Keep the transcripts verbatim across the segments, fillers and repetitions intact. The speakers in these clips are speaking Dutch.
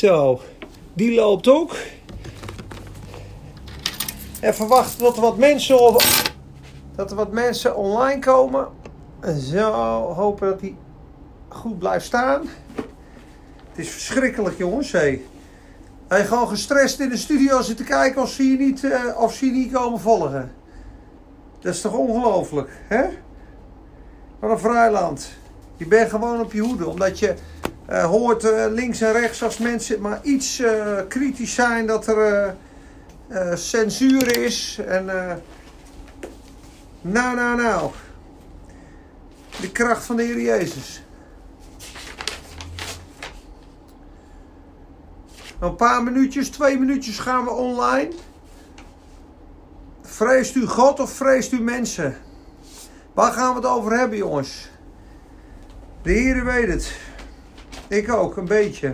Zo, die loopt ook. Even wachten tot er wat mensen, op, dat er wat mensen online komen. Zo, hopen dat die goed blijft staan. Het is verschrikkelijk, jongens. Hey. Hij gewoon gestrest in de studio zitten kijken of ze je niet, uh, of ze je niet komen volgen. Dat is toch ongelooflijk, hè? Wat een vrijland. Je bent gewoon op je hoede, omdat je uh, hoort uh, links en rechts als mensen maar iets uh, kritisch zijn dat er uh, uh, censuur is. En uh, nou, nou, nou. De kracht van de Heer Jezus. Een paar minuutjes, twee minuutjes gaan we online. Vreest u God of vreest u mensen? Waar gaan we het over hebben, jongens? De Heer weet het. Ik ook, een beetje.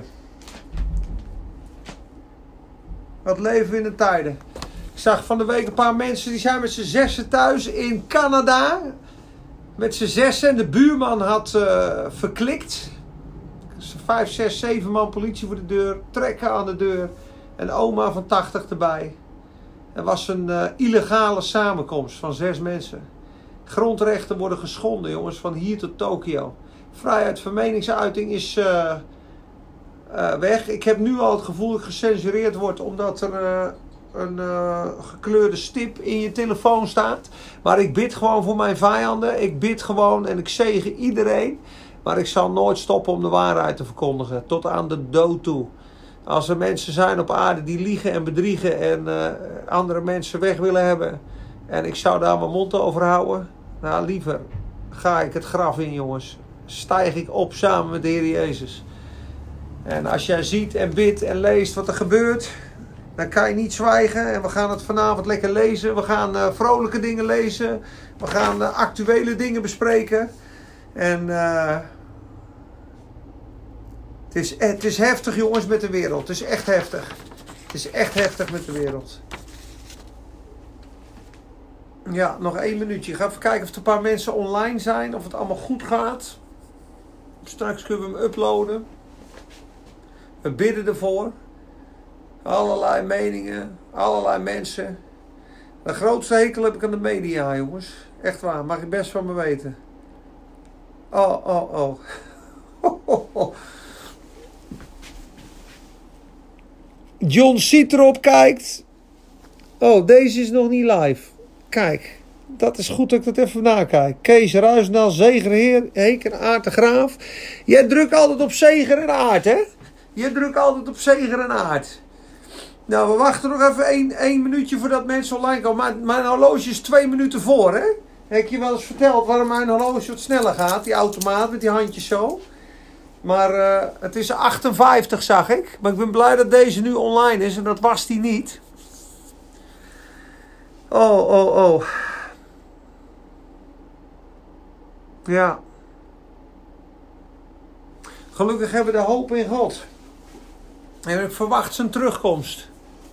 Wat leven we in de tijden? Ik zag van de week een paar mensen die zijn met z'n zessen thuis in Canada. Met z'n zessen en de buurman had uh, verklikt. Vijf, zes, zeven man politie voor de deur. Trekken aan de deur. En oma van tachtig erbij. Er was een uh, illegale samenkomst van zes mensen. Grondrechten worden geschonden, jongens, van hier tot Tokio. Vrijheid van meningsuiting is uh, uh, weg. Ik heb nu al het gevoel dat ik gecensureerd word omdat er uh, een uh, gekleurde stip in je telefoon staat. Maar ik bid gewoon voor mijn vijanden. Ik bid gewoon en ik zegen iedereen. Maar ik zal nooit stoppen om de waarheid te verkondigen. Tot aan de dood toe. Als er mensen zijn op aarde die liegen en bedriegen en uh, andere mensen weg willen hebben. En ik zou daar mijn mond over houden. Nou, liever ga ik het graf in, jongens. Stijg ik op samen met de Heer Jezus. En als jij ziet en bidt en leest wat er gebeurt, dan kan je niet zwijgen. En we gaan het vanavond lekker lezen. We gaan uh, vrolijke dingen lezen. We gaan uh, actuele dingen bespreken. En uh, het, is, het is heftig, jongens, met de wereld. Het is echt heftig. Het is echt heftig met de wereld. Ja, nog één minuutje. Ik ga even kijken of er een paar mensen online zijn. Of het allemaal goed gaat. Straks kunnen we hem uploaden. We bidden ervoor. Allerlei meningen. Allerlei mensen. De grootste hekel heb ik aan de media, jongens. Echt waar. Mag je best van me weten. Oh, oh, oh. Ho, ho, ho. John Cietrop kijkt. Oh, deze is nog niet live. Kijk, dat is goed dat ik dat even nakijk. Kees Ruisnaal, Zegerheer, Heken, Aert de Graaf. Jij drukt altijd op Zeger en Aert, hè? Je drukt altijd op Zeger en Aert. Nou, we wachten nog even één, één minuutje voordat mensen online komen. Mijn, mijn horloge is twee minuten voor, hè? Heb ik je wel eens verteld waarom mijn horloge wat sneller gaat? Die automaat met die handjes zo. Maar uh, het is achtenvijftig, zag ik. Maar ik ben blij dat deze nu online is en dat was die niet. Oh, oh, oh. Ja. Gelukkig hebben we de hoop in God. En ik verwacht zijn terugkomst.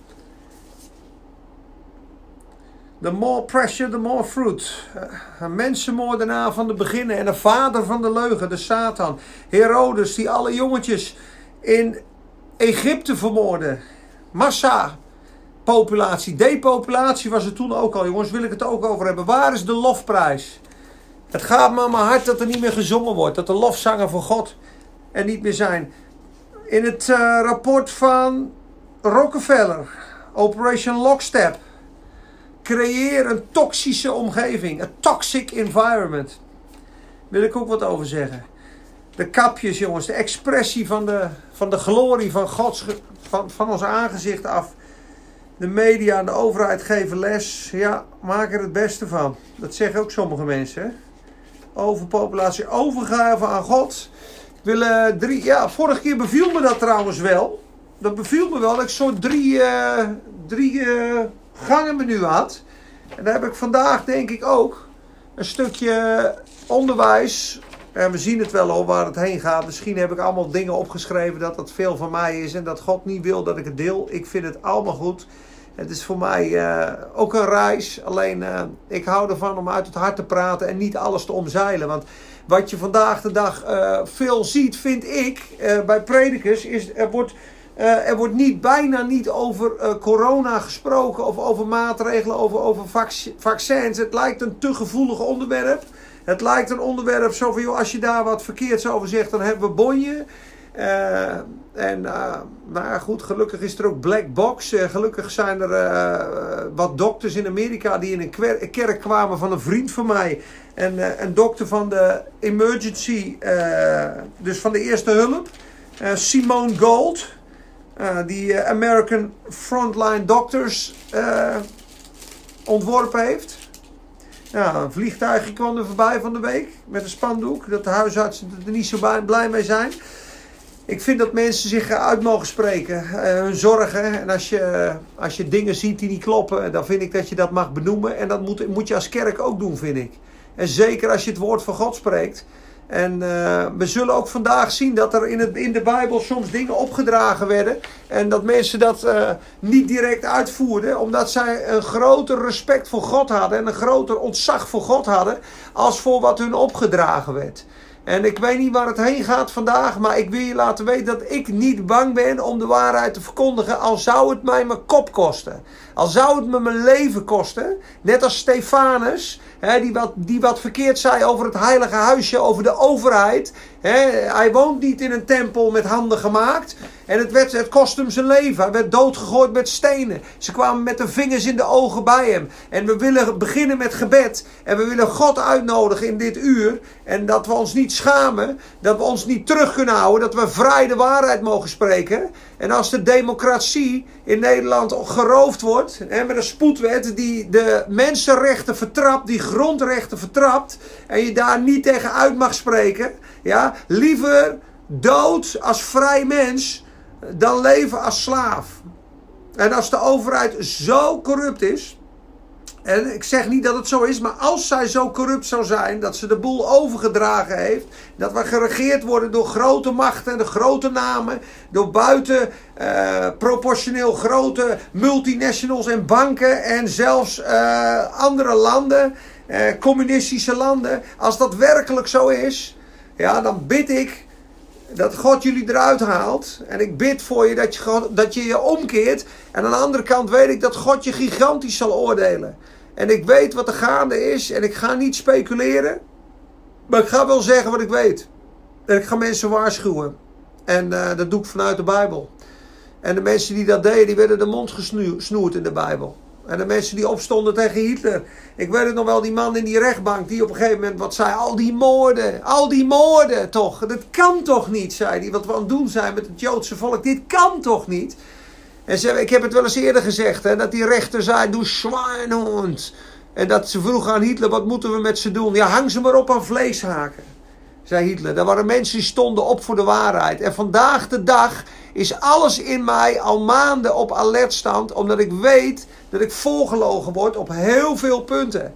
The more pressure, the more fruit. Een mensenmoordenaar van de beginnen en een vader van de leugen, de Satan. Herodes die alle jongetjes in Egypte vermoordde. Massa. Populatie, depopulatie was er toen ook al, jongens, wil ik het ook over hebben. Waar is de lofprijs? Het gaat me aan mijn hart dat er niet meer gezongen wordt. Dat de lofzangen voor God er niet meer zijn. In het uh, rapport van Rockefeller, Operation Lockstep. Creëer een toxische omgeving. Een toxic environment. Wil ik ook wat over zeggen. De kapjes, jongens, de expressie van de, van de glorie van Gods, van, van ons aangezicht af. De media en de overheid geven les. Ja, maak er het beste van. Dat zeggen ook sommige mensen. Hè? Overpopulatie, overgave aan God. Willen drie, ja, vorige keer beviel me dat trouwens wel. Dat beviel me wel dat ik zo'n drie, uh, drie uh, gangen menu had. En daar heb ik vandaag denk ik ook een stukje onderwijs. En we zien het wel al waar het heen gaat. Misschien heb ik allemaal dingen opgeschreven dat dat veel van mij is. En dat God niet wil dat ik het deel. Ik vind het allemaal goed. Het is voor mij uh, ook een reis. Alleen uh, ik hou ervan om uit het hart te praten en niet alles te omzeilen. Want wat je vandaag de dag uh, veel ziet, vind ik, uh, bij predikers, is er wordt Uh, er wordt niet, bijna niet over uh, corona gesproken of over maatregelen, over, over vac- vaccins. Het lijkt een te gevoelig onderwerp. Het lijkt een onderwerp zo van, joh, als je daar wat verkeerds over zegt, dan hebben we bonje. Uh, en uh, nou ja, goed, gelukkig is er ook black box. Uh, gelukkig zijn er uh, wat dokters in Amerika die in een kwer- kerk kwamen van een vriend van mij. En uh, een dokter van de emergency, uh, dus van de eerste hulp. Uh, Simone Gold. Uh, die uh, American Frontline Doctors uh, ontworpen heeft. Ja, een vliegtuigje kwam er voorbij van de week met een spandoek. Dat de huisartsen er niet zo blij mee zijn. Ik vind dat mensen zich uit mogen spreken. Uh, hun zorgen. En als je, als je dingen ziet die niet kloppen, dan vind ik dat je dat mag benoemen. En dat moet, moet je als kerk ook doen, vind ik. En zeker als je het woord van God spreekt. En uh, we zullen ook vandaag zien dat er in, het, in de Bijbel soms dingen opgedragen werden. En dat mensen dat uh, niet direct uitvoerden. Omdat zij een groter respect voor God hadden. En een groter ontzag voor God hadden. Als voor wat hun opgedragen werd. En ik weet niet waar het heen gaat vandaag. Maar ik wil je laten weten dat ik niet bang ben om de waarheid te verkondigen. Al zou het mij mijn kop kosten. Al zou het me mijn leven kosten. Net als Stefanus. Hè, die, wat, die wat verkeerd zei over het heilige huisje. Over de overheid. Hè, hij woont niet in een tempel met handen gemaakt. En het, werd, het kost hem zijn leven. Hij werd doodgegooid met stenen. Ze kwamen met de vingers in de ogen bij hem. En we willen beginnen met gebed. En we willen God uitnodigen in dit uur. En dat we ons niet schamen. Dat we ons niet terug kunnen houden. Dat we vrij de waarheid mogen spreken. En als de democratie in Nederland geroofd wordt. Hè, met een spoedwet die de mensenrechten vertrapt. Die grondrechten vertrapt. En je daar niet tegen uit mag spreken. Ja, liever dood als vrij mens dan leven als slaaf. En als de overheid zo corrupt is. En ik zeg niet dat het zo is. Maar als zij zo corrupt zou zijn. Dat ze de boel overgedragen heeft. Dat we geregeerd worden door grote machten. En de grote namen. Door buiten uh, proportioneel grote multinationals en banken. En zelfs uh, andere landen. Uh, communistische landen. Als dat werkelijk zo is. Ja, dan bid ik dat God jullie eruit haalt. En ik bid voor je dat je dat je, je omkeert. En aan de andere kant weet ik dat God je gigantisch zal oordelen. En ik weet wat er gaande is. En ik ga niet speculeren. Maar ik ga wel zeggen wat ik weet. En ik ga mensen waarschuwen. En uh, dat doe ik vanuit de Bijbel. En de mensen die dat deden, die werden de mond gesnoerd in de Bijbel. En de mensen die opstonden tegen Hitler. Ik weet het nog wel, die man in die rechtbank die op een gegeven moment wat zei. Al die moorden, al die moorden toch. Dat kan toch niet, zei hij. Wat we aan het doen zijn met het Joodse volk. Dit kan toch niet. En ze, ik heb het wel eens eerder gezegd. Hè, dat die rechter zei, doe Schweinhund. En dat ze vroegen aan Hitler, wat moeten we met ze doen? Ja, hang ze maar op aan vleeshaken. Zei Hitler. Er waren mensen die stonden op voor de waarheid. En vandaag de dag is alles in mij al maanden op alertstand. Omdat ik weet dat ik volgelogen word op heel veel punten.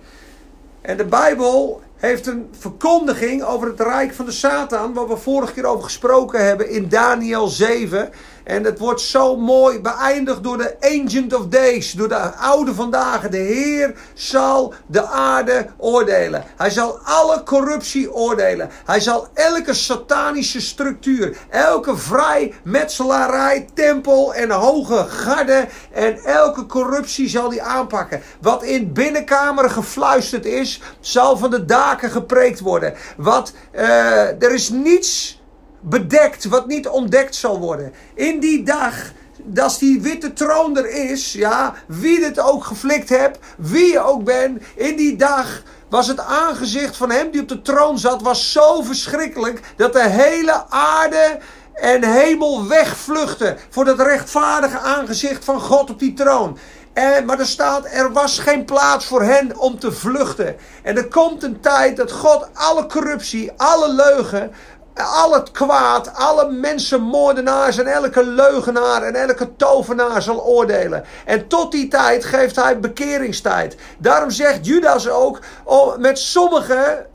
En de Bijbel heeft een verkondiging over het rijk van de Satan. Waar we vorige keer over gesproken hebben in Daniel zeven. En het wordt zo mooi beëindigd door de Ancient of Days. Door de oude vandaag. De Heer zal de aarde oordelen. Hij zal alle corruptie oordelen. Hij zal elke satanische structuur. Elke vrijmetselarij, tempel en hoge garde. En elke corruptie zal hij aanpakken. Wat in binnenkameren gefluisterd is, zal van de daken gepreekt worden. Wat, uh, er is niets bedekt wat niet ontdekt zal worden. In die dag, als die witte troon er is, ja, wie het ook geflikt hebt, wie je ook bent, in die dag was het aangezicht van hem die op de troon zat, was zo verschrikkelijk dat de hele aarde en hemel wegvluchten voor dat rechtvaardige aangezicht van God op die troon. En, maar er staat, er was geen plaats voor hen om te vluchten. En er komt een tijd dat God alle corruptie, alle leugen, al het kwaad, alle mensenmoordenaars en elke leugenaar en elke tovenaar zal oordelen. En tot die tijd geeft hij bekeringstijd. Daarom zegt Judas ook, oh, met sommigen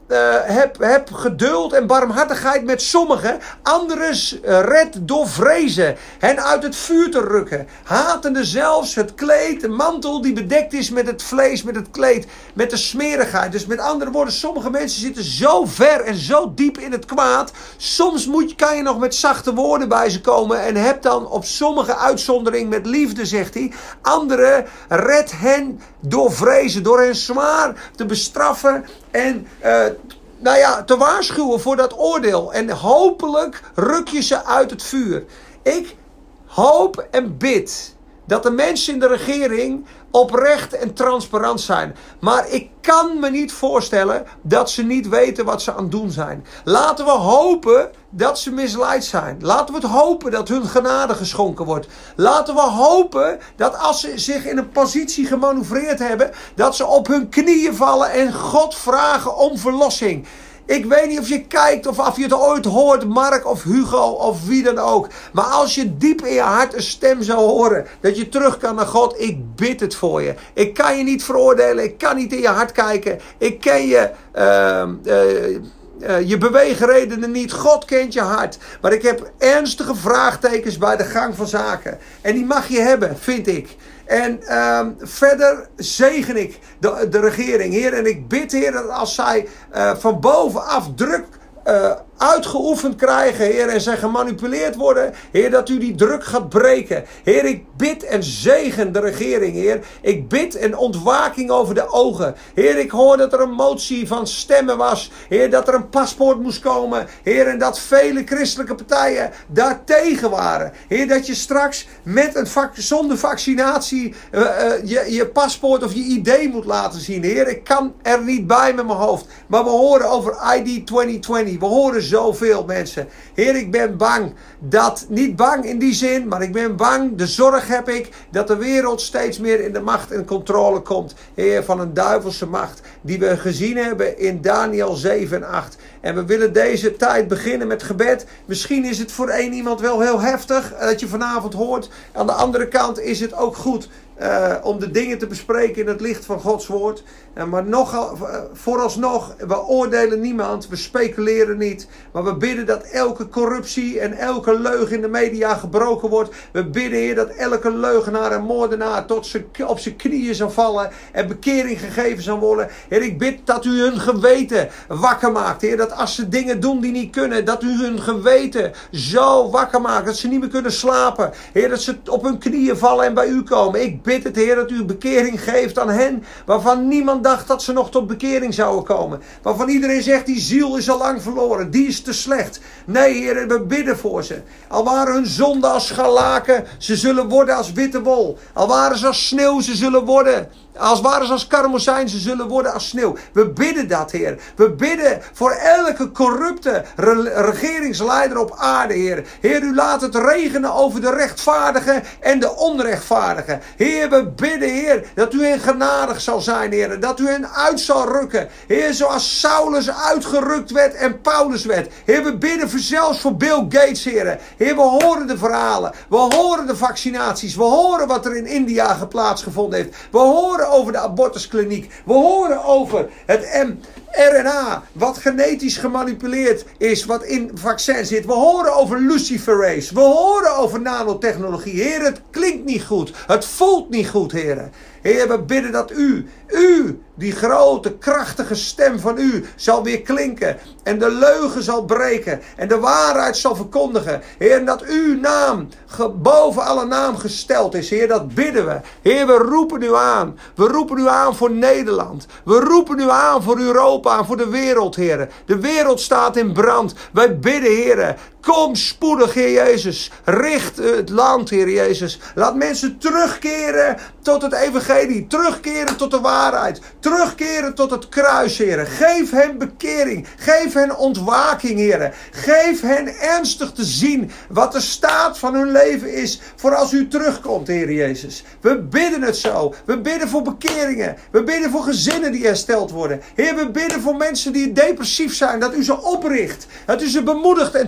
Uh, heb, heb geduld en barmhartigheid met sommigen. Anderen uh, red door vrezen. Hen uit het vuur te rukken. Hatende zelfs het kleed, de mantel die bedekt is met het vlees, met het kleed, met de smerigheid. Dus met andere woorden, sommige mensen zitten zo ver en zo diep in het kwaad. Soms moet, kan je nog met zachte woorden bij ze komen. En heb dan op sommige uitzondering met liefde, zegt hij. Anderen red hen door vrezen. Door hen zwaar te bestraffen. En uh, nou ja, te waarschuwen voor dat oordeel. En hopelijk ruk je ze uit het vuur. Ik hoop en bid dat de mensen in de regering oprecht en transparant zijn. Maar ik kan me niet voorstellen dat ze niet weten wat ze aan het doen zijn. Laten we hopen dat ze misleid zijn. Laten we het hopen dat hun genade geschonken wordt. Laten we hopen dat als ze zich in een positie gemanoeuvreerd hebben, dat ze op hun knieën vallen en God vragen om verlossing. Ik weet niet of je kijkt of of je het ooit hoort, Mark of Hugo of wie dan ook. Maar als je diep in je hart een stem zou horen, dat je terug kan naar God, ik bid het voor je. Ik kan je niet veroordelen, ik kan niet in je hart kijken. Ik ken je... Uh, uh, Uh, je beweegredenen niet. God kent je hart. Maar ik heb ernstige vraagtekens bij de gang van zaken. En die mag je hebben, vind ik. En uh, verder zegen ik de, de regering, Heer. En ik bid, Heer, dat als zij uh, van bovenaf druk uh, uitgeoefend krijgen, Heer, en zij gemanipuleerd worden, Heer, dat u die druk gaat breken. Heer, ik bid en zegen de regering, Heer. Ik bid een ontwaking over de ogen. Heer, ik hoor dat er een motie van stemmen was. Heer, dat er een paspoort moest komen. Heer, en dat vele christelijke partijen daartegen waren. Heer, dat je straks met een vac- zonder vaccinatie uh, uh, je, je paspoort of je I D moet laten zien. Heer, ik kan er niet bij met mijn hoofd. Maar we horen over I D twintig twintig. We horen zoveel mensen. Heer, ik ben bang dat, niet bang in die zin, maar ik ben bang, de zorg heb ik, dat de wereld steeds meer in de macht en controle komt. Heer, van een duivelse macht die we gezien hebben in Daniel zeven en acht. En we willen deze tijd beginnen met gebed. Misschien is het voor één iemand wel heel heftig dat je vanavond hoort. Aan de andere kant is het ook goed Uh, om de dingen te bespreken in het licht van Gods woord. Uh, maar nogal, uh, vooralsnog, we oordelen niemand, we speculeren niet. Maar we bidden dat elke corruptie en elke leugen in de media gebroken wordt. We bidden, Heer, dat elke leugenaar en moordenaar tot zijn, op zijn knieën zal vallen en bekering gegeven zal worden. Heer, ik bid dat u hun geweten wakker maakt. Heer, dat als ze dingen doen die niet kunnen, dat u hun geweten zo wakker maakt, dat ze niet meer kunnen slapen. Heer, dat ze op hun knieën vallen en bij u komen. Ik bid het, Heer, dat u bekering geeft aan hen waarvan niemand dacht dat ze nog tot bekering zouden komen. Waarvan iedereen zegt, die ziel is al lang verloren, die is te slecht. Nee, Heer, we bidden voor ze. Al waren hun zonden als scharlaken, ze zullen worden als witte wol. Al waren ze als sneeuw, ze zullen worden. Als waren ze als karmozijn, ze zullen worden als sneeuw. We bidden dat, Heer. We bidden voor elke corrupte re- regeringsleider op aarde, Heer. Heer, u laat het regenen over de rechtvaardigen en de onrechtvaardigen. Heer, we bidden, Heer, dat u hen genadig zal zijn, Heer. Dat u hen uit zal rukken. Heer, zoals Saulus uitgerukt werd en Paulus werd. Heer, we bidden voor zelfs voor Bill Gates, Heer. Heer, we horen de verhalen. We horen de vaccinaties. We horen wat er in India plaatsgevonden heeft. We horen over de abortuskliniek. We horen over het R N A, wat genetisch gemanipuleerd is, wat in vaccins zit. We horen over luciferase. We horen over nanotechnologie. Heer, het klinkt niet goed. Het voelt niet goed, Heer. Heer, we bidden dat u, u, die grote, krachtige stem van u, zal weer klinken. En de leugen zal breken. En de waarheid zal verkondigen. Heer, dat uw naam boven alle naam gesteld is. Heer, dat bidden we. Heer, we roepen u aan. We roepen u aan voor Nederland. We roepen u aan voor Europa en voor de wereld, Heer. De wereld staat in brand. Wij bidden, Heer. Kom spoedig, Heer Jezus. Richt het land, Heer Jezus. Laat mensen terugkeren tot het evangelie. Terugkeren tot de waarheid. Terugkeren tot het kruis, Heer. Geef hen bekering. Geef hen ontwaking, Heer. Geef hen ernstig te zien wat de staat van hun leven is voor als u terugkomt, Heer Jezus. We bidden het zo. We bidden voor bekeringen. We bidden voor gezinnen die hersteld worden. Heer, we bidden voor mensen die depressief zijn. Dat u ze opricht. Dat u ze bemoedigt en troost.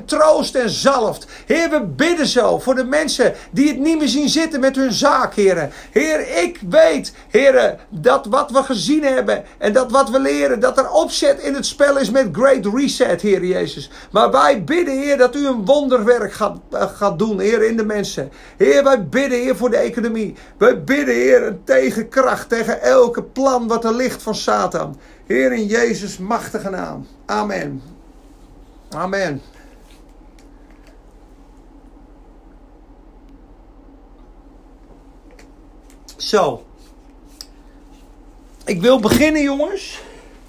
troost en zalft. Heer, we bidden zo voor de mensen die het niet meer zien zitten met hun zaak, Heer. Heer, ik weet, Heer, dat wat we gezien hebben en dat wat we leren, dat er opzet in het spel is met Great Reset, Heer Jezus. Maar wij bidden, Heer, dat u een wonderwerk gaat, uh, gaat doen, Heer, in de mensen. Heer, wij bidden, Heer, voor de economie. Wij bidden, Heer, een tegenkracht tegen elke plan wat er ligt van Satan. Heer, in Jezus' machtige naam. Amen. Amen. Zo. Ik wil beginnen, jongens.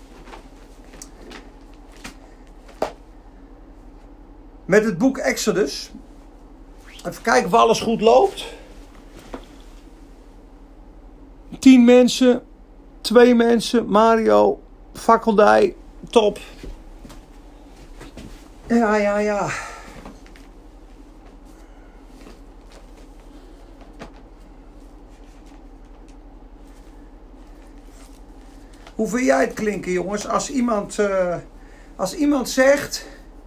Met het boek Exodus. Even kijken of alles goed loopt. Tien mensen. Twee mensen. Mario. Fakkeldij. Top. Ja, ja, ja. Hoe vind jij het klinken, jongens? Als iemand, uh, als iemand zegt...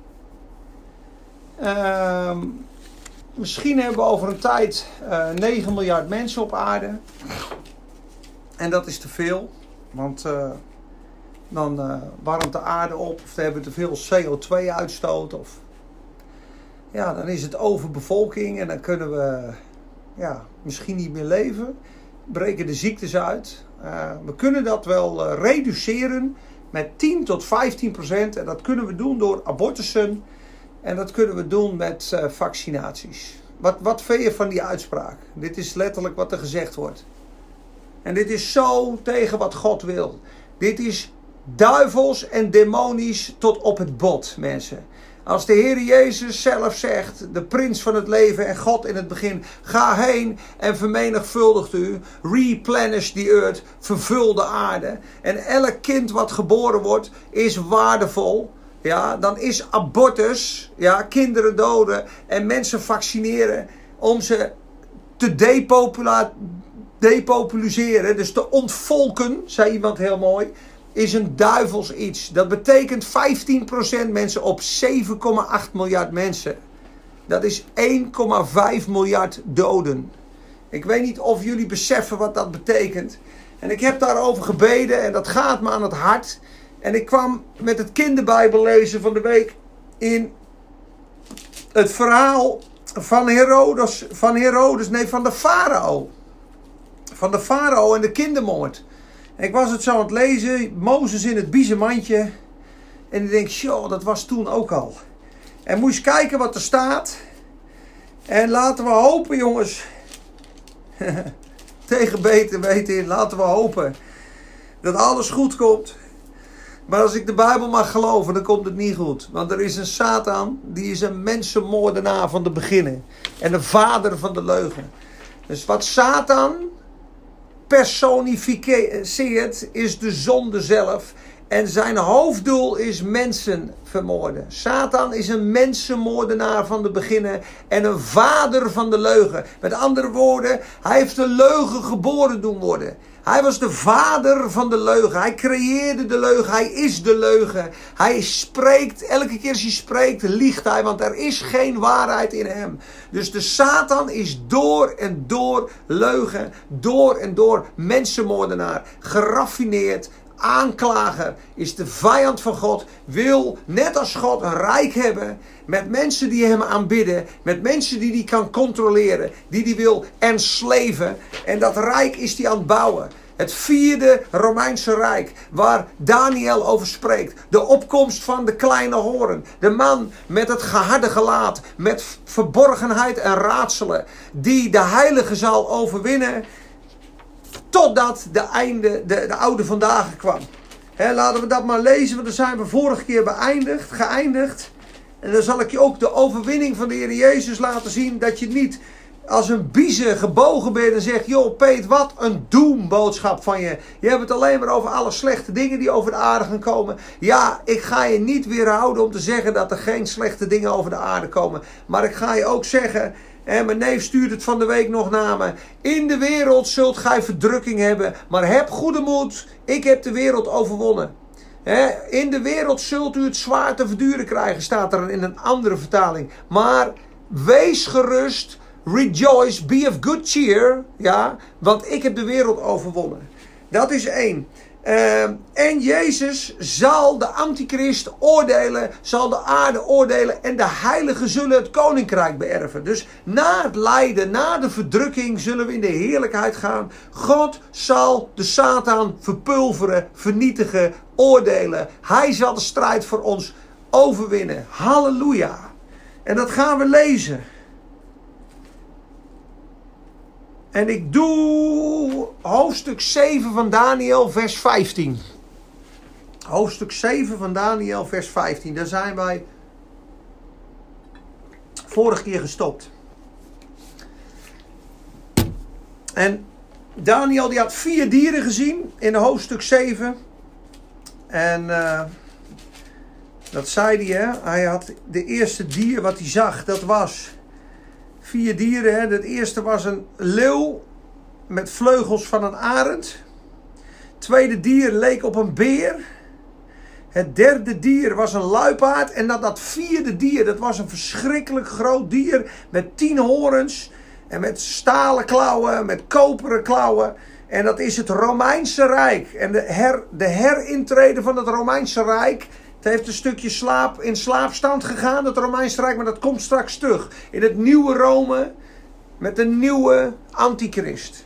Uh, misschien hebben we over een tijd uh, negen miljard mensen op aarde. En dat is te veel. Want uh, dan uh, warmt de aarde op. Of we hebben te veel C O twee uitstoot. Of ja, dan is het overbevolking. En dan kunnen we ja, misschien niet meer leven. Breken de ziektes uit. Uh, we kunnen dat wel uh, reduceren met tien tot vijftien procent. En dat kunnen we doen door abortussen. En dat kunnen we doen met uh, vaccinaties. Wat, wat vind je van die uitspraak? Dit is letterlijk wat er gezegd wordt. En dit is zo tegen wat God wil. Dit is duivels en demonisch tot op het bot, mensen. Als de Heer Jezus zelf zegt, de prins van het leven en God in het begin, ga heen en vermenigvuldigt u, replenish the earth, vervul de aarde. En elk kind wat geboren wordt is waardevol. Ja, dan is abortus, ja, kinderen doden en mensen vaccineren om ze te depopula- depopuliseren, dus te ontvolken, zei iemand heel mooi, is een duivels iets. Dat betekent vijftien procent mensen op zeven komma acht miljard mensen. Dat is één komma vijf miljard doden. Ik weet niet of jullie beseffen wat dat betekent. En ik heb daarover gebeden en dat gaat me aan het hart. En ik kwam met het kinderbijbel lezen van de week in het verhaal van Herodes, van Herodes, nee, van de farao. Van de farao en de kindermoord. En ik was het zo aan het lezen, Mozes in het biezenmandje. En ik denk, joh, dat was toen ook al. En moet je eens kijken wat er staat. En laten we hopen, jongens. Tegen beter weten in, laten we hopen dat alles goed komt. Maar als ik de Bijbel mag geloven, dan komt het niet goed. Want er is een Satan, die is een mensenmoordenaar van de beginnen. En de vader van de leugen. Dus wat Satan personificeert, is de zonde zelf. En zijn hoofddoel is mensen vermoorden. Satan is een mensenmoordenaar van de beginnen en een vader van de leugen. Met andere woorden, hij heeft de leugen geboren doen worden. Hij was de vader van de leugen. Hij creëerde de leugen. Hij is de leugen. Hij spreekt, elke keer als hij spreekt, liegt hij, want er is geen waarheid in hem. Dus de Satan is door en door leugen, door en door mensenmoordenaar, geraffineerd, aanklager, is de vijand van God, wil net als God een rijk hebben met mensen die hem aanbidden, met mensen die hij kan controleren, die hij wil ensleven. En dat rijk is hij aan het bouwen. Het vierde Romeinse Rijk, waar Daniel over spreekt. De opkomst van de kleine hoorn. De man met het geharde gelaat, met verborgenheid en raadselen, die de heilige zal overwinnen, totdat de, einde, de, de oude vandaag kwam. He, laten we dat maar lezen, want daar zijn we vorige keer beëindigd, geëindigd. En dan zal ik je ook de overwinning van de Heer Jezus laten zien. Dat je niet als een biezen gebogen bent en zegt, joh Peet, wat een doemboodschap van je. Je hebt het alleen maar over alle slechte dingen die over de aarde gaan komen. Ja, ik ga je niet weerhouden om te zeggen dat er geen slechte dingen over de aarde komen. Maar ik ga je ook zeggen, en mijn neef stuurt het van de week nog naar me. In de wereld zult gij verdrukking hebben, maar heb goede moed. Ik heb de wereld overwonnen. He, in de wereld zult u het zwaar te verduren krijgen, staat er in een andere vertaling. Maar wees gerust, rejoice, be of good cheer. Ja, want ik heb de wereld overwonnen. Dat is één. Uh, en Jezus zal de antichrist oordelen, zal de aarde oordelen en de heiligen zullen het koninkrijk beërven. Dus na het lijden, na de verdrukking zullen we in de heerlijkheid gaan. God zal de Satan verpulveren, vernietigen, oordelen. Hij zal de strijd voor ons overwinnen. Halleluja. En dat gaan we lezen. En ik doe hoofdstuk zeven van Daniel, vers vijftien. Hoofdstuk zeven van Daniel, vers vijftien. Daar zijn wij vorige keer gestopt. En Daniel die had vier dieren gezien in hoofdstuk zeven. En uh, dat zei hij, hè. Hij had de eerste dier wat hij zag, dat was... Vier dieren. Hè. Het eerste was een leeuw met vleugels van een arend. Het tweede dier leek op een beer. Het derde dier was een luipaard. En dat, dat vierde dier, dat was een verschrikkelijk groot dier met tien horens. En met stalen klauwen, met koperen klauwen. En dat is het Romeinse Rijk. En de, her, de herintrede van het Romeinse Rijk... Het heeft een stukje slaap, in slaapstand gegaan, het Romeinse Rijk, maar dat komt straks terug. In het nieuwe Rome, met een nieuwe antichrist.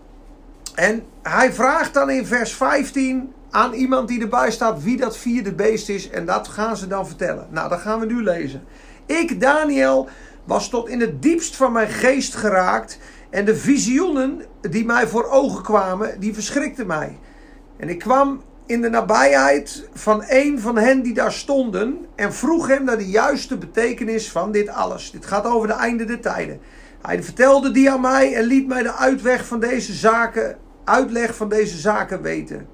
En hij vraagt dan in vers vijftien aan iemand die erbij staat wie dat vierde beest is. En dat gaan ze dan vertellen. Nou, dat gaan we nu lezen. Ik, Daniel, was tot in het diepst van mijn geest geraakt. En de visioenen die mij voor ogen kwamen, die verschrikten mij. En ik kwam... in de nabijheid van een van hen die daar stonden en vroeg hem naar de juiste betekenis van dit alles. Dit gaat over de einde der tijden. Hij vertelde die aan mij en liet mij de uitweg van deze zaken, uitleg van deze zaken weten.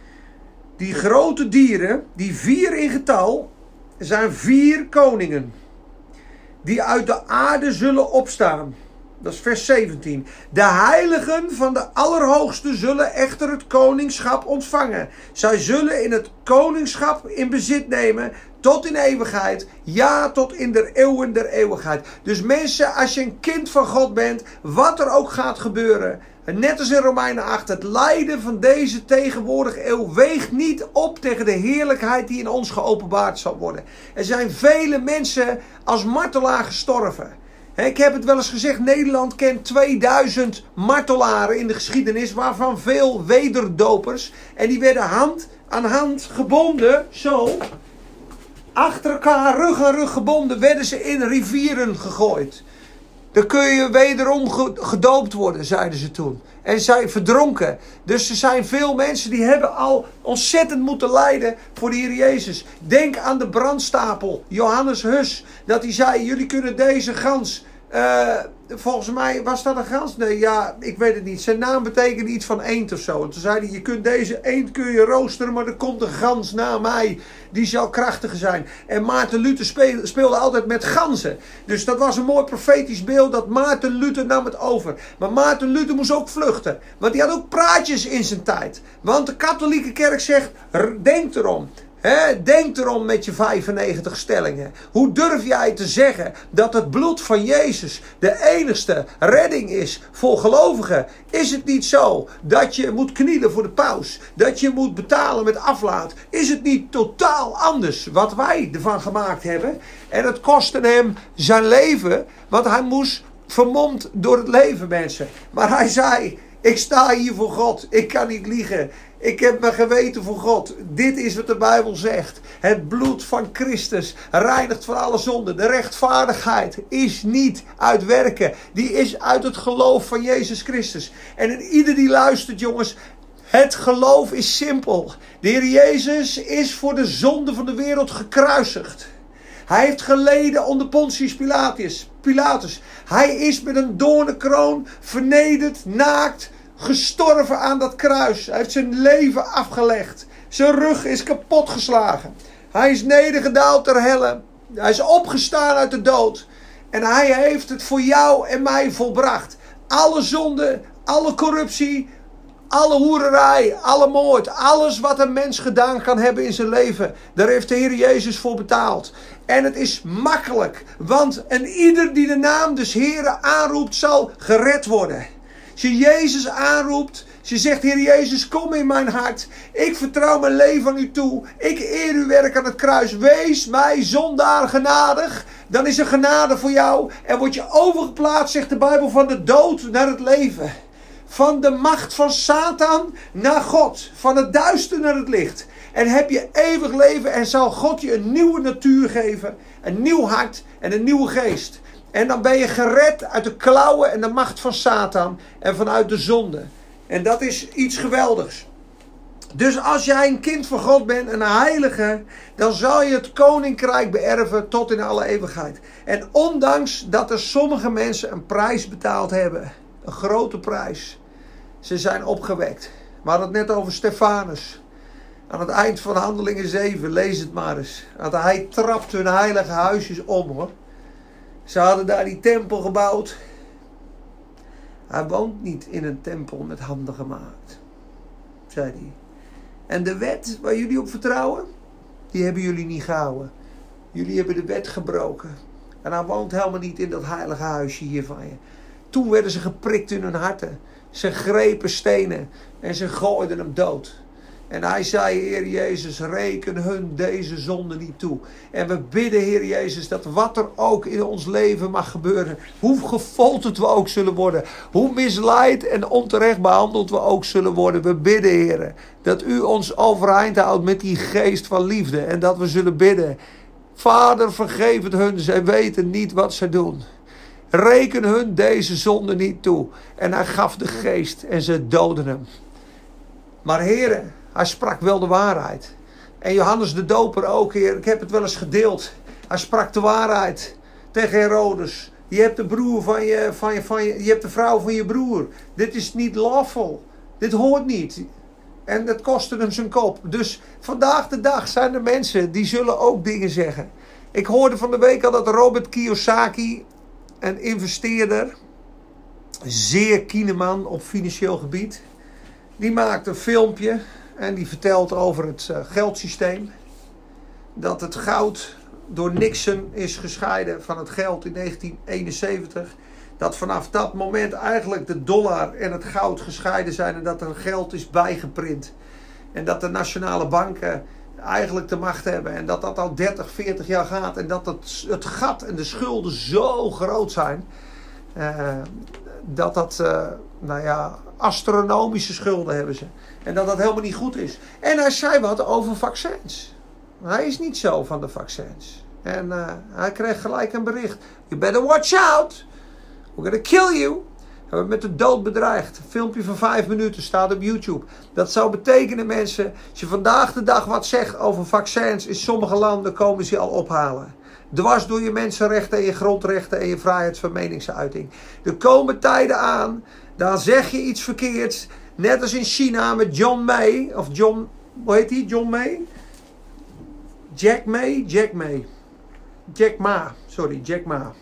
Die grote dieren, die vier in getal, zijn vier koningen die uit de aarde zullen opstaan. Dat is vers zeventien. De heiligen van de Allerhoogste zullen echter het koningschap ontvangen. Zij zullen in het koningschap in bezit nemen tot in eeuwigheid. Ja, tot in de eeuwen der eeuwigheid. Dus mensen, als je een kind van God bent, wat er ook gaat gebeuren. Net als in Romeinen acht, het lijden van deze tegenwoordige eeuw weegt niet op tegen de heerlijkheid die in ons geopenbaard zal worden. Er zijn vele mensen als martelaar gestorven. Ik heb het wel eens gezegd, Nederland kent tweeduizend martelaren in de geschiedenis, waarvan veel wederdopers. En die werden hand aan hand gebonden, zo, achter elkaar, rug aan rug gebonden, werden ze in rivieren gegooid. Dan kun je wederom gedoopt worden, zeiden ze toen. En zij verdronken. Dus er zijn veel mensen die hebben al ontzettend moeten lijden voor de Heer Jezus. Denk aan de brandstapel, Johannes Hus. Dat hij zei, jullie kunnen deze gans... Uh, volgens mij was dat een gans? Nee, ja, ik weet het niet. Zijn naam betekende iets van eend of zo. En toen zei hij, je kunt deze eend kun je roosteren, maar er komt een gans na mij. Die zal krachtiger zijn. En Maarten Luther speelde, speelde altijd met ganzen. Dus dat was een mooi profetisch beeld dat Maarten Luther nam het over. Maar Maarten Luther moest ook vluchten. Want die had ook praatjes in zijn tijd. Want de katholieke kerk zegt, denk erom. He, denk erom met je vijfennegentig stellingen. Hoe durf jij te zeggen dat het bloed van Jezus de enigste redding is voor gelovigen? Is het niet zo dat je moet knielen voor de paus? Dat je moet betalen met aflaat? Is het niet totaal anders wat wij ervan gemaakt hebben? En het kostte hem zijn leven, want hij moest vermomd door het leven, mensen. Maar hij zei, ik sta hier voor God, ik kan niet liegen. Ik heb mijn geweten voor God. Dit is wat de Bijbel zegt. Het bloed van Christus reinigt van alle zonde. De rechtvaardigheid is niet uit werken. Die is uit het geloof van Jezus Christus. En in ieder die luistert, jongens. Het geloof is simpel. De Heer Jezus is voor de zonde van de wereld gekruisigd. Hij heeft geleden onder Pontius Pilatus. Pilatus. Hij is met een doornenkroon vernederd, naakt, gestorven aan dat kruis. Hij heeft zijn leven afgelegd. Zijn rug is kapot geslagen. Hij is nedergedaald ter helle. Hij is opgestaan uit de dood. En hij heeft het voor jou en mij volbracht. Alle zonde, alle corruptie, Alle hoererij, alle moord, alles wat een mens gedaan kan hebben in zijn leven, daar heeft de Heer Jezus voor betaald. En het is makkelijk, want en ieder die de naam des Heeren aanroept, zal gered worden. Als je Jezus aanroept, als je zegt, Heer Jezus, kom in mijn hart. Ik vertrouw mijn leven aan u toe. Ik eer uw werk aan het kruis. Wees mij zondaar genadig. Dan is er genade voor jou. En word je overgeplaatst, zegt de Bijbel, van de dood naar het leven. Van de macht van Satan naar God. Van het duister naar het licht. En heb je eeuwig leven en zal God je een nieuwe natuur geven. Een nieuw hart en een nieuwe geest. En dan ben je gered uit de klauwen en de macht van Satan. En vanuit de zonde. En dat is iets geweldigs. Dus als jij een kind van God bent, een heilige, dan zal je het koninkrijk beërven tot in alle eeuwigheid. En ondanks dat er sommige mensen een prijs betaald hebben. Een grote prijs. Ze zijn opgewekt. We hadden het net over Stefanus. Aan het eind van Handelingen zeven, lees het maar eens. Want hij trapt hun heilige huisjes om, hoor. Ze hadden daar die tempel gebouwd. Hij woont niet in een tempel met handen gemaakt, zei hij. En de wet waar jullie op vertrouwen, die hebben jullie niet gehouden. Jullie hebben de wet gebroken. En hij woont helemaal niet in dat heilige huisje hier van je. Toen werden ze geprikt in hun harten. Ze grepen stenen en ze gooiden hem dood. En hij zei, Heer Jezus, reken hun deze zonde niet toe. En we bidden, Heer Jezus, dat wat er ook in ons leven mag gebeuren, hoe gefolterd we ook zullen worden, hoe misleid en onterecht behandeld we ook zullen worden. We bidden, Heer, dat u ons overeind houdt met die geest van liefde. En dat we zullen bidden, Vader, vergeef het hun, zij weten niet wat ze doen. Reken hun deze zonde niet toe. En hij gaf de geest en ze doden hem. Maar Heer, hij sprak wel de waarheid. En Johannes de Doper ook, Heer. Ik heb het wel eens gedeeld. Hij sprak de waarheid tegen Herodes. Je hebt de broer van je, van je, van je, je hebt de vrouw van je broer. Dit is niet lawful. Dit hoort niet. En dat kostte hem zijn kop. Dus vandaag de dag zijn er mensen die zullen ook dingen zeggen. Ik hoorde van de week al dat Robert Kiyosaki, een investeerder, zeer kieneman op financieel gebied, die maakt een filmpje en die vertelt over het uh, geldsysteem. Dat het goud door Nixon is gescheiden van het geld in negentien eenenzeventig. Dat vanaf dat moment eigenlijk de dollar en het goud gescheiden zijn en dat er geld is bijgeprint. En dat de nationale banken eigenlijk de macht hebben. En dat dat al dertig, veertig jaar gaat. En dat het, het gat en de schulden zo groot zijn. Uh, dat dat, uh, nou ja, astronomische schulden hebben ze. En dat dat helemaal niet goed is. En hij zei wat over vaccins. Hij is niet zo van de vaccins. En uh, hij kreeg gelijk een bericht. You better watch out. We're gonna kill you. Hij werd met de dood bedreigd. Een filmpje van vijf minuten staat op YouTube. Dat zou betekenen, mensen, als je vandaag de dag wat zegt over vaccins, in sommige landen komen ze al ophalen. Dwars door je mensenrechten en je grondrechten en je vrijheid van meningsuiting. Er komen tijden aan, dan zeg je iets verkeerds. Net als in China met John May. Of John, hoe heet die? John May? Jack May? Jack May. Jack Ma. Sorry, Jack Ma.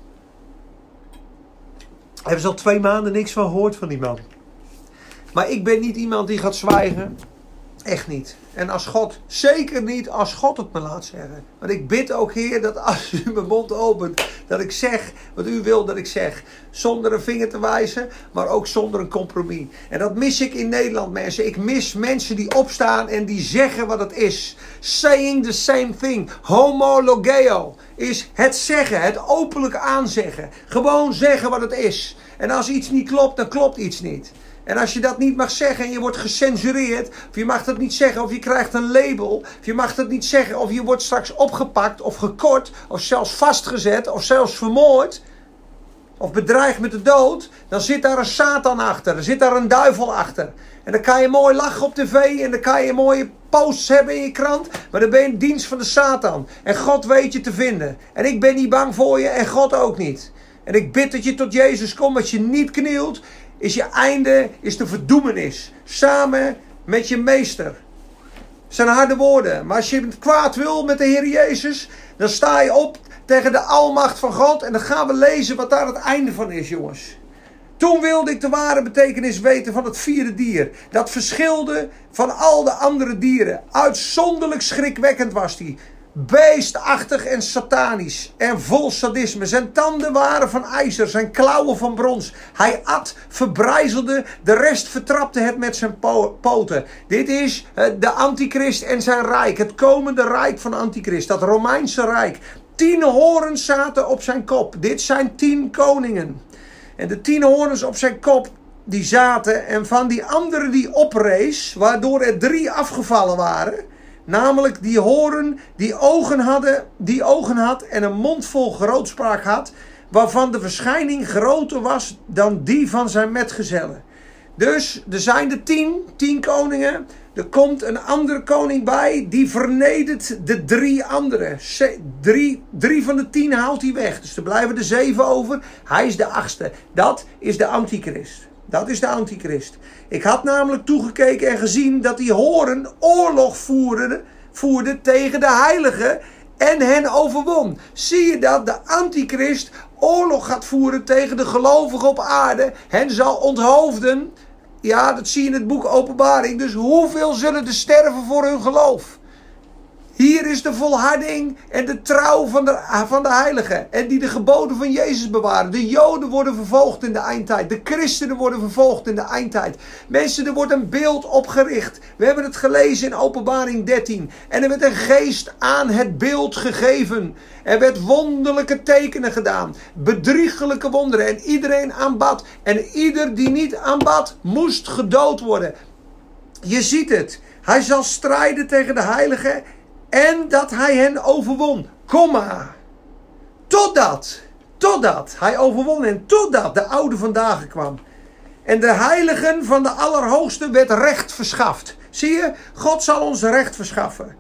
Hebben ze al twee maanden niks van gehoord van die man. Maar ik ben niet iemand die gaat zwijgen. Echt niet. En als God, zeker niet als God het me laat zeggen. Want ik bid ook, Heer, dat als u mijn mond opent, dat ik zeg wat u wil dat ik zeg. Zonder een vinger te wijzen, maar ook zonder een compromis. En dat mis ik in Nederland, mensen. Ik mis mensen die opstaan en die zeggen wat het is. Saying the same thing. Homologeo is het zeggen, het openlijk aanzeggen. Gewoon zeggen wat het is. En als iets niet klopt, dan klopt iets niet. En als je dat niet mag zeggen en je wordt gecensureerd, of je mag dat niet zeggen of je krijgt een label, of je mag dat niet zeggen of je wordt straks opgepakt of gekort of zelfs vastgezet of zelfs vermoord of bedreigd met de dood, dan zit daar een Satan achter, er zit daar een duivel achter. En dan kan je mooi lachen op tv en dan kan je mooie posts hebben in je krant, maar dan ben je in dienst van de Satan. En God weet je te vinden. En ik ben niet bang voor je en God ook niet. En ik bid dat je tot Jezus komt, als je niet knielt, is je einde, is de verdoemenis. Samen met je meester. Dat zijn harde woorden. Maar als je het kwaad wil met de Heer Jezus, dan sta je op tegen de almacht van God. En dan gaan we lezen wat daar het einde van is, jongens. Toen wilde ik de ware betekenis weten van het vierde dier. Dat verschilde van al de andere dieren. Uitzonderlijk schrikwekkend was die. Beestachtig en satanisch en vol sadisme. Zijn tanden waren van ijzer, zijn klauwen van brons. Hij at, verbrijzelde, de rest vertrapte het met zijn poten. Dit is de antichrist en zijn rijk. Het komende rijk van antichrist, dat Romeinse rijk. Tien horens zaten op zijn kop. Dit zijn tien koningen. En de tien horens op zijn kop, die zaten. En van die andere die oprees, waardoor er drie afgevallen waren. Namelijk die horen die ogen hadden, die ogen had en een mond vol grootspraak had. Waarvan de verschijning groter was dan die van zijn metgezellen. Dus er zijn er tien, tien koningen. Er komt een andere koning bij, die vernedert de drie anderen. Drie, drie van de tien haalt hij weg. Dus er blijven er zeven over. Hij is de achtste. Dat is de antichrist. Dat is de antichrist. Ik had namelijk toegekeken en gezien dat die horen oorlog voerden, voerden tegen de heiligen en hen overwon. Zie je dat de antichrist oorlog gaat voeren tegen de gelovigen op aarde. Hen zal onthoofden. Ja, dat zie je in het boek Openbaring. Dus hoeveel zullen er sterven voor hun geloof? Hier is de volharding en de trouw van de, van de heiligen. En die de geboden van Jezus bewaren. De Joden worden vervolgd in de eindtijd. De christenen worden vervolgd in de eindtijd. Mensen, er wordt een beeld opgericht. We hebben het gelezen in Openbaring dertien. En er werd een geest aan het beeld gegeven. Er werd wonderlijke tekenen gedaan. Bedriegelijke wonderen. En iedereen aanbad. En ieder die niet aanbad, moest gedood worden. Je ziet het. Hij zal strijden tegen de heiligen. En dat hij hen overwon. Komma. Totdat. Totdat hij overwon. En totdat de oude vandaag kwam. En de heiligen van de Allerhoogste werd recht verschaft. Zie je? God zal ons recht verschaffen.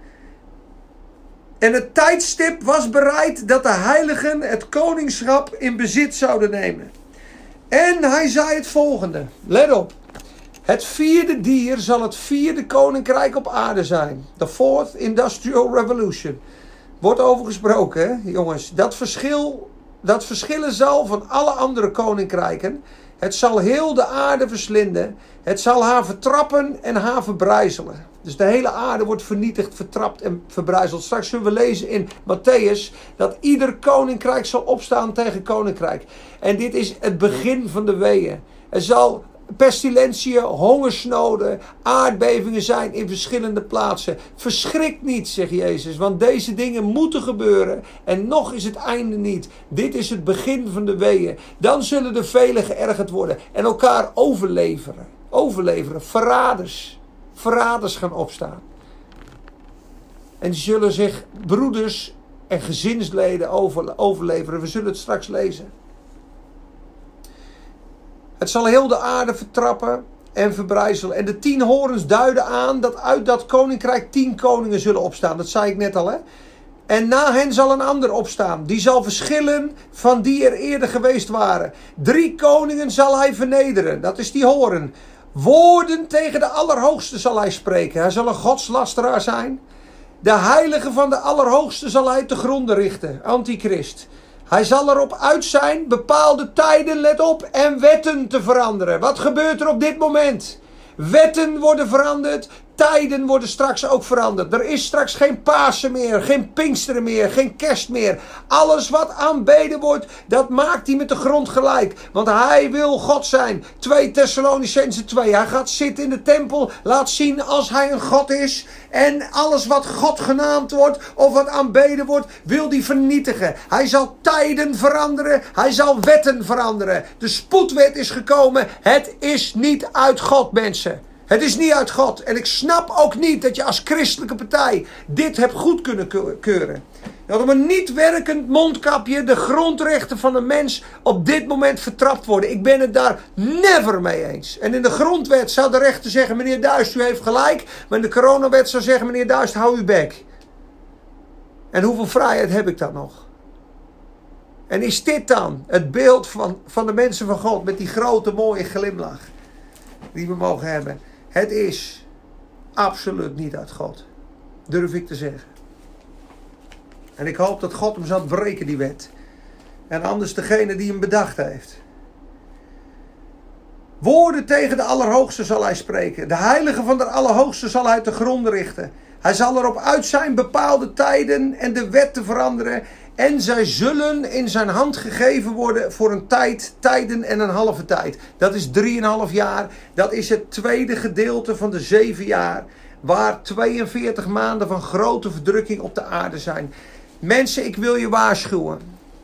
En het tijdstip was bereid dat de heiligen het koningschap in bezit zouden nemen. En hij zei het volgende. Let op. Het vierde dier zal het vierde koninkrijk op aarde zijn. The Fourth Industrial Revolution. Wordt over gesproken, hè, jongens. Dat verschil, dat verschillen zal van alle andere koninkrijken. Het zal heel de aarde verslinden. Het zal haar vertrappen en haar verbrijzelen. Dus de hele aarde wordt vernietigd, vertrapt en verbrijzeld. Straks zullen we lezen in Matthäus dat ieder koninkrijk zal opstaan tegen koninkrijk. En dit is het begin van de weeën. Er zal pestilentiën, hongersnoden, aardbevingen zijn in verschillende plaatsen. Verschrik niet, zegt Jezus, want deze dingen moeten gebeuren. En nog is het einde niet. Dit is het begin van de weeën. Dan zullen er velen geërgerd worden en elkaar overleveren. Overleveren. Verraders. Verraders gaan opstaan. En die zullen zich broeders en gezinsleden over, overleveren. We zullen het straks lezen. Het zal heel de aarde vertrappen en verbrijzelen. En de tien horens duiden aan dat uit dat koninkrijk tien koningen zullen opstaan. Dat zei ik net al, hè. En na hen zal een ander opstaan. Die zal verschillen van die er eerder geweest waren. Drie koningen zal hij vernederen. Dat is die horen. Woorden tegen de Allerhoogste zal hij spreken. Hij zal een godslasteraar zijn. De heilige van de Allerhoogste zal hij te gronde richten. Antichrist. Hij zal erop uit zijn bepaalde tijden, let op, en wetten te veranderen. Wat gebeurt er op dit moment? Wetten worden veranderd. Tijden worden straks ook veranderd. Er is straks geen Pasen meer, geen Pinksteren meer, geen Kerst meer. Alles wat aanbeden wordt, dat maakt hij met de grond gelijk. Want hij wil God zijn. twee Thessalonicenzen twee. Hij gaat zitten in de tempel, laat zien als hij een God is. En alles wat God genaamd wordt of wat aanbeden wordt, wil hij vernietigen. Hij zal tijden veranderen. Hij zal wetten veranderen. De spoedwet is gekomen. Het is niet uit God, mensen. Het is niet uit God. En ik snap ook niet dat je als christelijke partij dit hebt goed kunnen keuren. Dat op een niet werkend mondkapje de grondrechten van een mens op dit moment vertrapt worden. Ik ben het daar never mee eens. En in de grondwet zou de rechter zeggen, meneer Duist, u heeft gelijk. Maar in de coronawet zou zeggen, meneer Duist, hou uw bek. En hoeveel vrijheid heb ik dan nog? En is dit dan het beeld van, van de mensen van God met die grote mooie glimlach die we mogen hebben? Het is absoluut niet uit God. Durf ik te zeggen. En ik hoop dat God hem zal breken, die wet. En anders degene die hem bedacht heeft. Woorden tegen de Allerhoogste zal hij spreken. De heilige van de Allerhoogste zal hij te gronden richten. Hij zal erop uit zijn bepaalde tijden en de wet te veranderen. En zij zullen in zijn hand gegeven worden voor een tijd, tijden en een halve tijd. Dat is drieënhalf jaar. Dat is het tweede gedeelte van de zeven jaar. Waar tweeënveertig maanden van grote verdrukking op de aarde zijn. Mensen, ik wil je waarschuwen.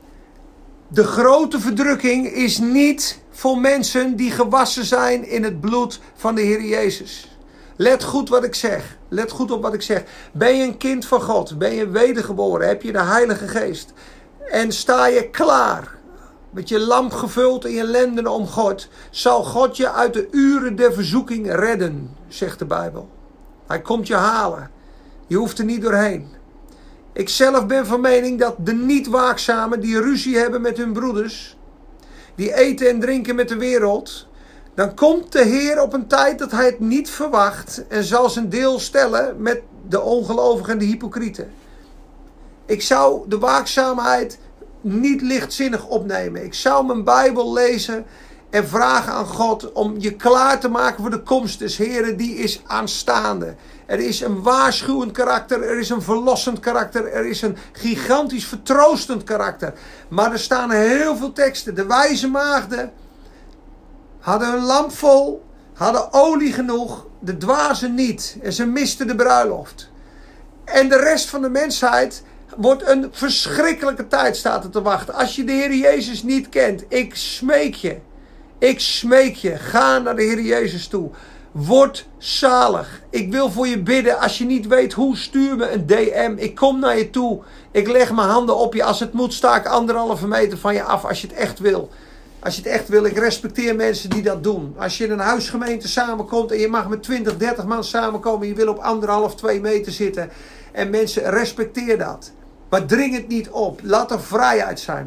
De grote verdrukking is niet voor mensen die gewassen zijn in het bloed van de Heer Jezus. Let goed wat ik zeg. Let goed op wat ik zeg. Ben je een kind van God? Ben je wedergeboren? Heb je de Heilige Geest? En sta je klaar? Met je lamp gevuld en je lenden om God. Zal God je uit de uren der verzoeking redden, zegt de Bijbel. Hij komt je halen. Je hoeft er niet doorheen. Ik zelf ben van mening dat de niet waakzamen die ruzie hebben met hun broeders, die eten en drinken met de wereld, dan komt de Heer op een tijd dat hij het niet verwacht en zal zijn deel stellen met de ongelovigen en de hypocrieten. Ik zou de waakzaamheid niet lichtzinnig opnemen. Ik zou mijn Bijbel lezen en vragen aan God om je klaar te maken voor de komst des Heren. Die is aanstaande. Er is een waarschuwend karakter. Er is een verlossend karakter. Er is een gigantisch vertroostend karakter. Maar er staan heel veel teksten. De wijze maagden hadden hun lamp vol. Hadden olie genoeg. De dwazen niet. En ze misten de bruiloft. En de rest van de mensheid wordt een verschrikkelijke tijd staat er te wachten. Als je de Heer Jezus niet kent. Ik smeek je. Ik smeek je. Ga naar de Heer Jezus toe. Word zalig. Ik wil voor je bidden. Als je niet weet hoe, stuur me een D M. Ik kom naar je toe. Ik leg mijn handen op je. Als het moet, sta ik anderhalve meter van je af. Als je het echt wil. Als je het echt wil. Ik respecteer mensen die dat doen. Als je in een huisgemeente samenkomt en je mag met twintig, dertig man samenkomen. Je wil op anderhalf, twee meter zitten. En mensen, respecteer dat. Maar dring het niet op. Laat er vrijheid zijn.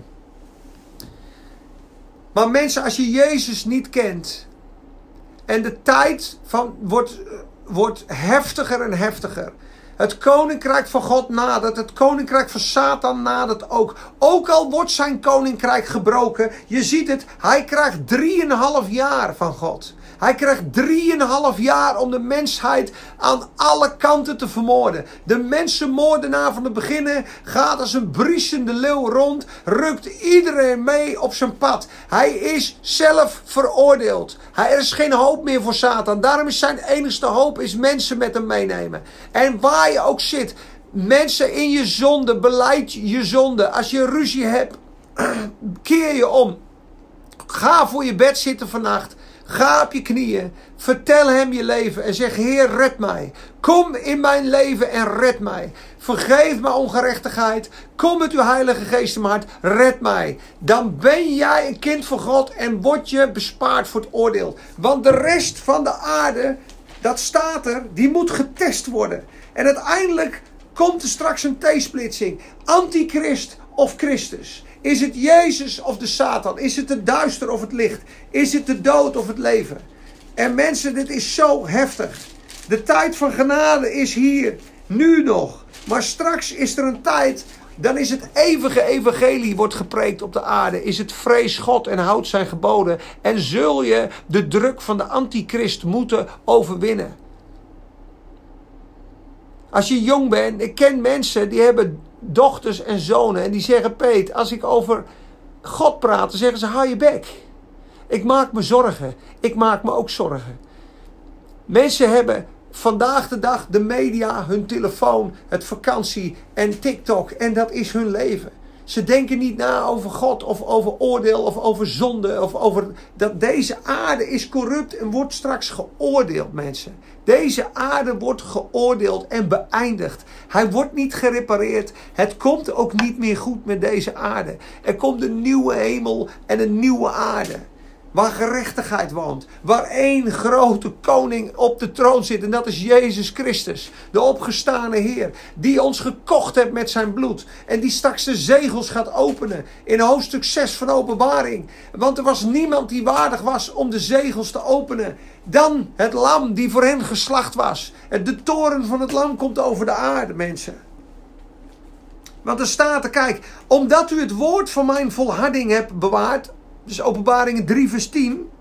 Maar mensen, als je Jezus niet kent. En de tijd van, wordt, wordt heftiger en heftiger. Het koninkrijk van God nadert. Het koninkrijk van Satan nadert ook. Ook al wordt zijn koninkrijk gebroken. Je ziet het. Hij krijgt drieënhalf jaar van God. Hij krijgt drieënhalf jaar om de mensheid aan alle kanten te vermoorden. De mensenmoordenaar van het begin gaat als een briesende leeuw rond. Rukt iedereen mee op zijn pad. Hij is zelf veroordeeld. Hij, er is geen hoop meer voor Satan. Daarom is zijn enigste hoop is mensen met hem meenemen. En waar je ook zit. Mensen in je zonde. Beleid je zonde. Als je ruzie hebt. Keer je om. Ga voor je bed zitten vannacht. Ga op je knieën, vertel hem je leven en zeg: Heer, red mij. Kom in mijn leven en red mij. Vergeef mijn ongerechtigheid. Kom met uw Heilige Geest in mijn hart, red mij. Dan ben jij een kind van God en word je bespaard voor het oordeel. Want de rest van de aarde, dat staat er, die moet getest worden. En uiteindelijk komt er straks een T-splitsing. Antichrist of Christus. Is het Jezus of de Satan? Is het het duister of het licht? Is het de dood of het leven? En mensen, dit is zo heftig. De tijd van genade is hier. Nu nog. Maar straks is er een tijd. Dan is het eeuwige evangelie wordt gepreekt op de aarde. Is het vrees God en houd zijn geboden. En zul je de druk van de antichrist moeten overwinnen. Als je jong bent, ik ken mensen die hebben dochters en zonen en die zeggen: Peet, als ik over God praat, dan zeggen ze: hou je bek. Ik maak me zorgen. Ik maak me ook zorgen. Mensen hebben vandaag de dag de media, hun telefoon, het vakantie en TikTok en dat is hun leven. Ze denken niet na over God of over oordeel of over zonde of over dat deze aarde is corrupt en wordt straks geoordeeld, mensen. Deze aarde wordt geoordeeld en beëindigd. Hij wordt niet gerepareerd. Het komt ook niet meer goed met deze aarde. Er komt een nieuwe hemel en een nieuwe aarde. Waar gerechtigheid woont. Waar één grote koning op de troon zit. En dat is Jezus Christus. De opgestane Heer. Die ons gekocht heeft met zijn bloed. En die straks de zegels gaat openen. In hoofdstuk zes van Openbaring. Want er was niemand die waardig was om de zegels te openen. Dan het lam die voor hen geslacht was. En de toren van het lam komt over de aarde, mensen. Want er staat er, kijk. Omdat u het woord van mijn volharding hebt bewaard. Dus Openbaringen drie vers tien.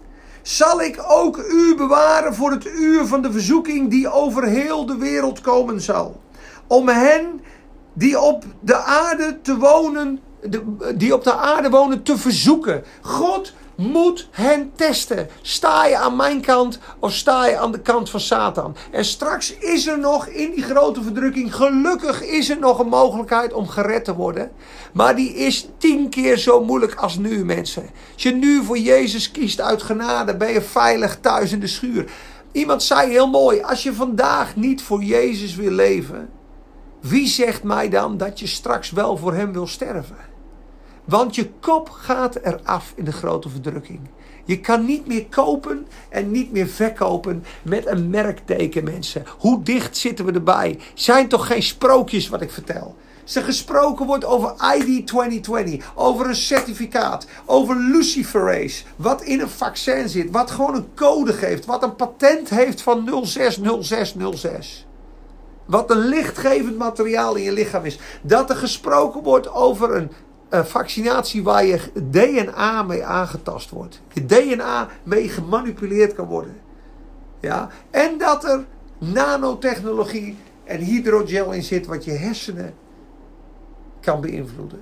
zal ik ook u bewaren voor het uur van de verzoeking die over heel de wereld komen zal. Om hen die op de aarde te wonen, die op de aarde wonen te verzoeken. God moet hen testen. Sta je aan mijn kant of sta je aan de kant van Satan? En straks is er nog in die grote verdrukking, gelukkig is er nog een mogelijkheid om gered te worden. Maar die is tien keer zo moeilijk als nu, mensen. Als je nu voor Jezus kiest uit genade, ben je veilig thuis in de schuur. Iemand zei heel mooi, als je vandaag niet voor Jezus wil leven, wie zegt mij dan dat je straks wel voor hem wil sterven? Want je kop gaat eraf in de grote verdrukking. Je kan niet meer kopen en niet meer verkopen met een merkteken, mensen. Hoe dicht zitten we erbij? Zijn toch geen sprookjes wat ik vertel? Als er gesproken wordt over I D twintig twintig, over een certificaat, over luciferase, wat in een vaccin zit, wat gewoon een code geeft, wat een patent heeft van nul zes nul zes nul zes. Wat een lichtgevend materiaal in je lichaam is. Dat er gesproken wordt over een Een vaccinatie waar je D N A mee aangetast wordt. Je D N A mee gemanipuleerd kan worden. Ja? En dat er nanotechnologie en hydrogel in zit wat je hersenen kan beïnvloeden.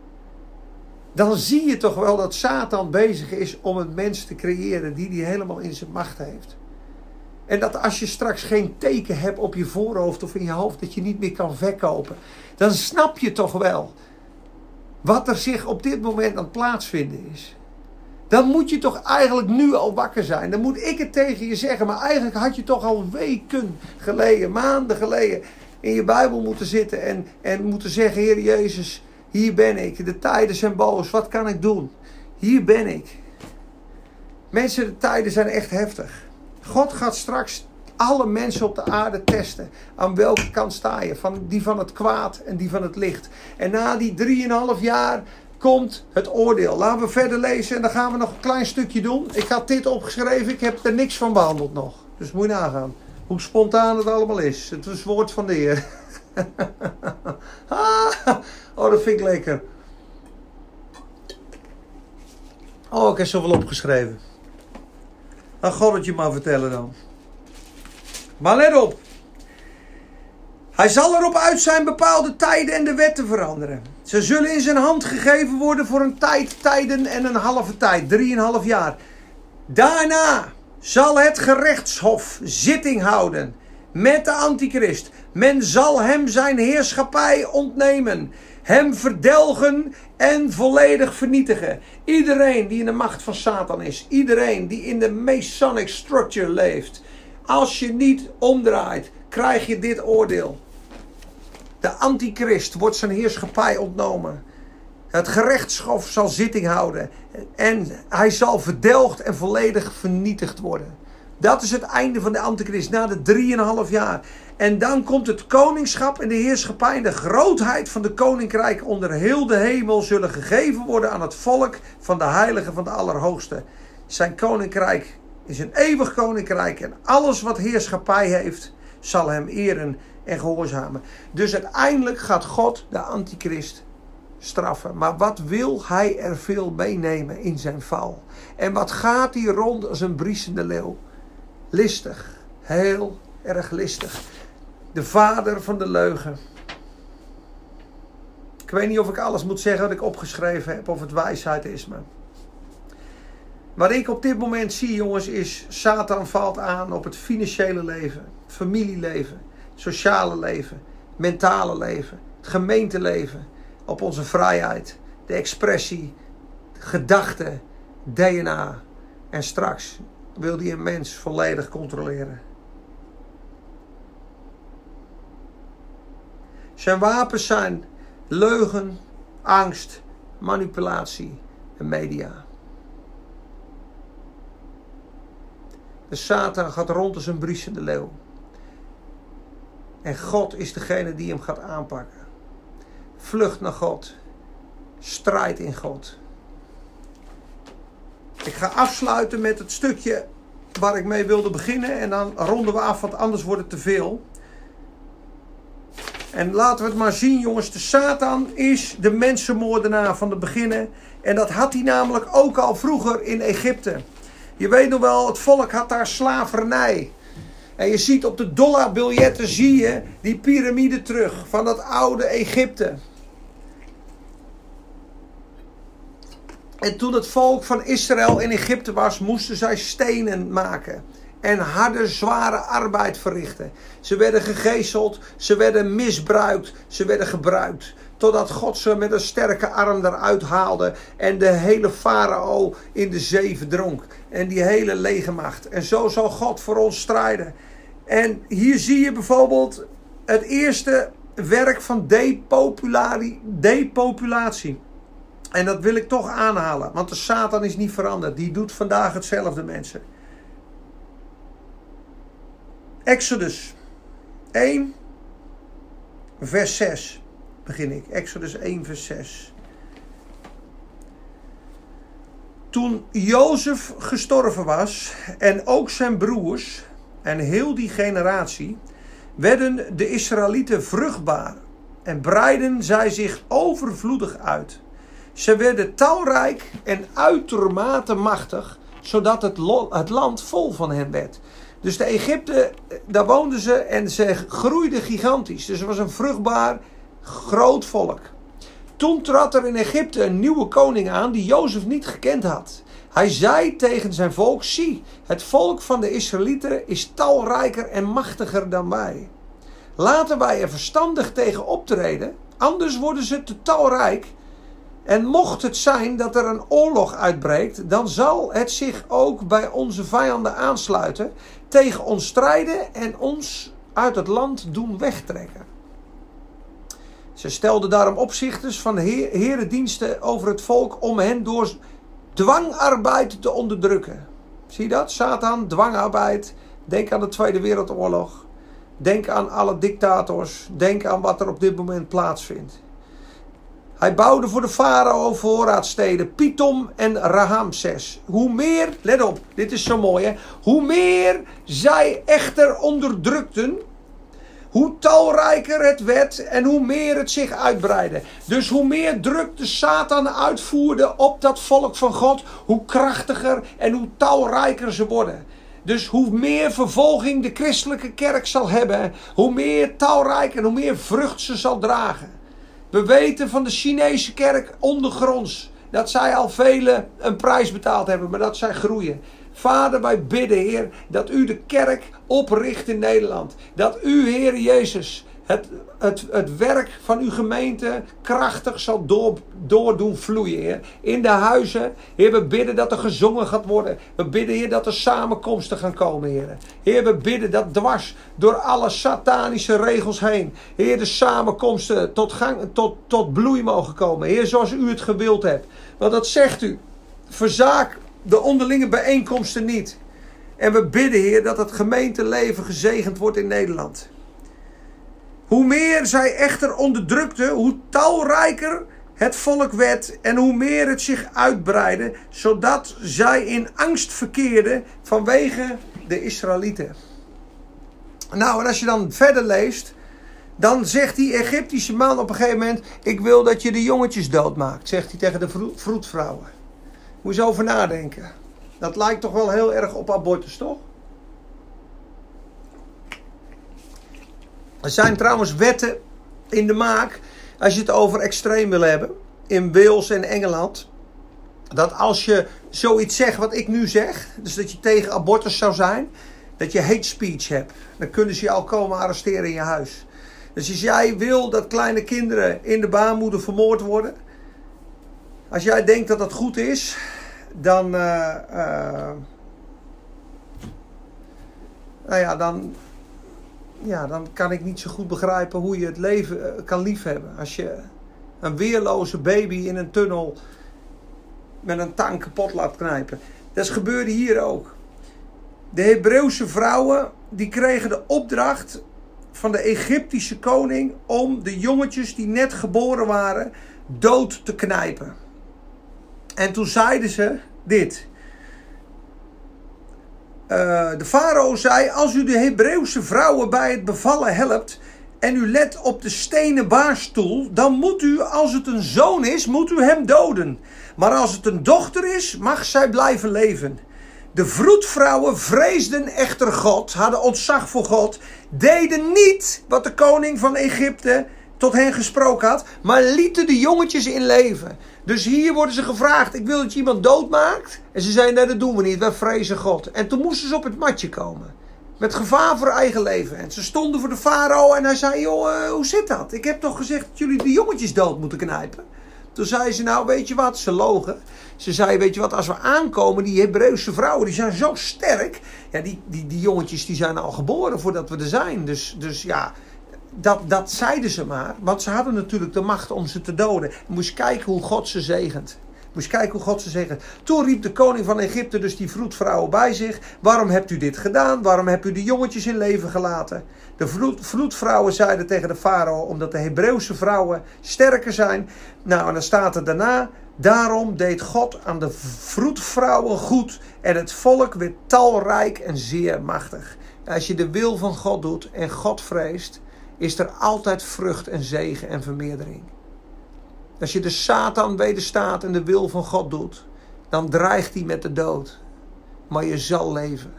Dan zie je toch wel dat Satan bezig is om een mens te creëren die hij helemaal in zijn macht heeft. En dat als je straks geen teken hebt op je voorhoofd of in je hoofd dat je niet meer kan verkopen. Dan snap je toch wel wat er zich op dit moment aan het plaatsvinden is. Dan moet je toch eigenlijk nu al wakker zijn. Dan moet ik het tegen je zeggen. Maar eigenlijk had je toch al weken geleden, maanden geleden in je Bijbel moeten zitten. En, en moeten zeggen, Heer Jezus, hier ben ik. De tijden zijn boos. Wat kan ik doen? Hier ben ik. Mensen, de tijden zijn echt heftig. God gaat straks alle mensen op de aarde testen. Aan welke kant sta je? Van die van het kwaad en die van het licht. En na die drieënhalf jaar komt het oordeel. Laten we verder lezen en dan gaan we nog een klein stukje doen. Ik had dit opgeschreven. Ik heb er niks van behandeld nog. Dus moet je nagaan. Hoe spontaan het allemaal is. Het is het woord van de Heer. Oh, dat vind ik lekker. Oh, ik heb zoveel opgeschreven. Laat God het je maar vertellen dan. Maar let op. Hij zal erop uit zijn bepaalde tijden en de wet te veranderen. Ze zullen in zijn hand gegeven worden voor een tijd, tijden en een halve tijd. Drieënhalf jaar. Daarna zal het gerechtshof zitting houden met de antichrist. Men zal hem zijn heerschappij ontnemen. Hem verdelgen en volledig vernietigen. Iedereen die in de macht van Satan is. Iedereen die in de Masonic structure leeft. Als je niet omdraait, krijg je dit oordeel. De antichrist wordt zijn heerschappij ontnomen. Het gerechtshof zal zitting houden. En hij zal verdelgd en volledig vernietigd worden. Dat is het einde van de antichrist na de drieënhalf jaar. En dan komt het koningschap en de heerschappij en de grootheid van de koninkrijk onder heel de hemel zullen gegeven worden aan het volk van de heiligen van de Allerhoogste. Zijn koninkrijk is een eeuwig koninkrijk en alles wat heerschappij heeft zal hem eren en gehoorzamen. Dus uiteindelijk gaat God de antichrist straffen. Maar wat wil hij er veel meenemen in zijn val? En wat gaat hij rond als een briesende leeuw? Listig. Heel erg listig. De vader van de leugen. Ik weet niet of ik alles moet zeggen wat ik opgeschreven heb. Of het wijsheid is. Maar wat ik op dit moment zie, jongens, is Satan valt aan op het financiële leven. Het familieleven. Het sociale leven. Het mentale leven. Het gemeenteleven. Op onze vrijheid. De expressie. De gedachten. D N A. En straks wil hij een mens volledig controleren. Zijn wapens zijn leugen, angst, manipulatie en media. De Satan gaat rond als een briesende leeuw. En God is degene die hem gaat aanpakken. Vlucht naar God. Strijd in God. Ik ga afsluiten met het stukje waar ik mee wilde beginnen. En dan ronden we af, want anders wordt het te veel. En laten we het maar zien, jongens. De Satan is de mensenmoordenaar van de beginnen. En dat had hij namelijk ook al vroeger in Egypte. Je weet nog wel, het volk had daar slavernij. En je ziet op de dollarbiljetten, zie je die piramide terug van dat oude Egypte. En toen het volk van Israël in Egypte was, moesten zij stenen maken. En harde, zware arbeid verrichten. Ze werden gegezeld, ze werden misbruikt, ze werden gebruikt. Totdat God ze met een sterke arm eruit haalde. En de hele farao in de zee verdronk. En die hele legermacht. En zo zal God voor ons strijden. En hier zie je bijvoorbeeld het eerste werk van depopulari- depopulatie. En dat wil ik toch aanhalen. Want de Satan is niet veranderd. Die doet vandaag hetzelfde, mensen. Exodus één, vers zes. Begin ik. Exodus één, vers zes. Toen Jozef gestorven was en ook zijn broers en heel die generatie, werden de Israëlieten vruchtbaar en breidden zij zich overvloedig uit. Ze werden talrijk en uitermate machtig, zodat het, lo- het land vol van hen werd. Dus de Egypten, daar woonden ze en ze groeiden gigantisch. Dus het was een vruchtbaar, groot volk. Toen trad er in Egypte een nieuwe koning aan die Jozef niet gekend had. Hij zei tegen zijn volk, zie, het volk van de Israëlieten is talrijker en machtiger dan wij. Laten wij er verstandig tegen optreden, anders worden ze te talrijk. En mocht het zijn dat er een oorlog uitbreekt, dan zal het zich ook bij onze vijanden aansluiten, tegen ons strijden en ons uit het land doen wegtrekken. Ze stelden daarom opzichters van de herendiensten over het volk om hen door dwangarbeid te onderdrukken. Zie je dat? Satan, dwangarbeid. Denk aan de Tweede Wereldoorlog. Denk aan alle dictators. Denk aan wat er op dit moment plaatsvindt. Hij bouwde voor de farao voorraadsteden Pithom en Ramses. Hoe meer, let op, dit is zo mooi hè. Hoe meer zij echter onderdrukten, hoe talrijker het werd en hoe meer het zich uitbreidde. Dus hoe meer druk de Satan uitvoerde op dat volk van God, hoe krachtiger en hoe talrijker ze worden. Dus hoe meer vervolging de christelijke kerk zal hebben, hoe meer talrijk en hoe meer vrucht ze zal dragen. We weten van de Chinese kerk ondergronds dat zij al vele een prijs betaald hebben, maar dat zij groeien. Vader, wij bidden, Heer, dat u de kerk opricht in Nederland. Dat u, Heer Jezus, het, het, het werk van uw gemeente krachtig zal door, door doen vloeien, Heer. In de huizen, Heer, we bidden dat er gezongen gaat worden. We bidden, Heer, dat er samenkomsten gaan komen, Heer. Heer, we bidden dat dwars door alle satanische regels heen, Heer, de samenkomsten tot, gang, tot, tot bloei mogen komen. Heer, zoals u het gewild hebt. Want dat zegt u, verzaak de onderlinge bijeenkomsten niet. En we bidden, Heer, dat het gemeenteleven gezegend wordt in Nederland. Hoe meer zij echter onderdrukten, hoe talrijker het volk werd en hoe meer het zich uitbreidde, zodat zij in angst verkeerden vanwege de Israëlieten. Nou, en als je dan verder leest, dan zegt die Egyptische man op een gegeven moment, ik wil dat je de jongetjes doodmaakt, zegt hij tegen de vroedvrouwen. Moet je eens over nadenken. Dat lijkt toch wel heel erg op abortus, toch? Er zijn trouwens wetten in de maak, als je het over extreem wil hebben, in Wales en Engeland, dat als je zoiets zegt wat ik nu zeg, dus dat je tegen abortus zou zijn, dat je hate speech hebt. Dan kunnen ze je al komen arresteren in je huis. Dus als jij wil dat kleine kinderen in de baarmoeder vermoord worden, als jij denkt dat dat goed is, dan, uh, uh, nou ja, dan, ja, dan kan ik niet zo goed begrijpen hoe je het leven uh, kan liefhebben. Als je een weerloze baby in een tunnel met een tang kapot laat knijpen. Dat gebeurde hier ook. De Hebreeuwse vrouwen die kregen de opdracht van de Egyptische koning om de jongetjes die net geboren waren dood te knijpen. En toen zeiden ze dit. Uh, de farao zei, als u de Hebreeuwse vrouwen bij het bevallen helpt en u let op de stenen baarstoel, dan moet u, als het een zoon is, moet u hem doden. Maar als het een dochter is, mag zij blijven leven. De vroedvrouwen vreesden echter God, hadden ontzag voor God, deden niet wat de koning van Egypte tot hen gesproken had, maar lieten de jongetjes in leven. Dus hier worden ze gevraagd, ik wil dat je iemand doodmaakt. En ze zeiden, nee, dat doen we niet, wij vrezen God. En toen moesten ze op het matje komen. Met gevaar voor eigen leven. En ze stonden voor de farao en hij zei, joh, uh, hoe zit dat? Ik heb toch gezegd dat jullie de jongetjes dood moeten knijpen? Toen zei ze, nou weet je wat, ze logen. Ze zei, weet je wat, als we aankomen, die Hebreeuwse vrouwen, die zijn zo sterk. Ja, die, die, die jongetjes die zijn al geboren voordat we er zijn. Dus, dus ja, dat, dat zeiden ze maar. Want ze hadden natuurlijk de macht om ze te doden. Je moest kijken hoe God ze zegent. Moest kijken hoe God ze zegt. Toen riep de koning van Egypte dus die vroedvrouwen bij zich. Waarom hebt u dit gedaan? Waarom hebt u de jongetjes in leven gelaten? De vroed, vroedvrouwen zeiden tegen de farao, omdat de Hebreeuwse vrouwen sterker zijn. Nou, en dan staat er daarna. Daarom deed God aan de vroedvrouwen goed. En het volk werd talrijk en zeer machtig. Als je de wil van God doet en God vreest, is er altijd vrucht en zegen en vermeerdering. Als je de Satan wederstaat en de wil van God doet, dan dreigt hij met de dood. Maar je zal leven.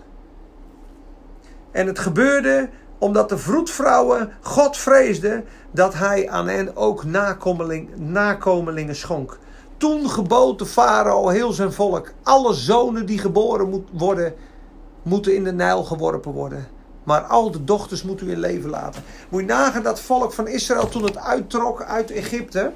En het gebeurde omdat de vroedvrouwen God vreesden, dat hij aan hen ook nakomeling, nakomelingen schonk. Toen gebood de farao heel zijn volk, alle zonen die geboren moet worden, moeten in de Nijl geworpen worden. Maar al de dochters moet u in leven laten. Moet je nagaan dat volk van Israël toen het uittrok uit Egypte,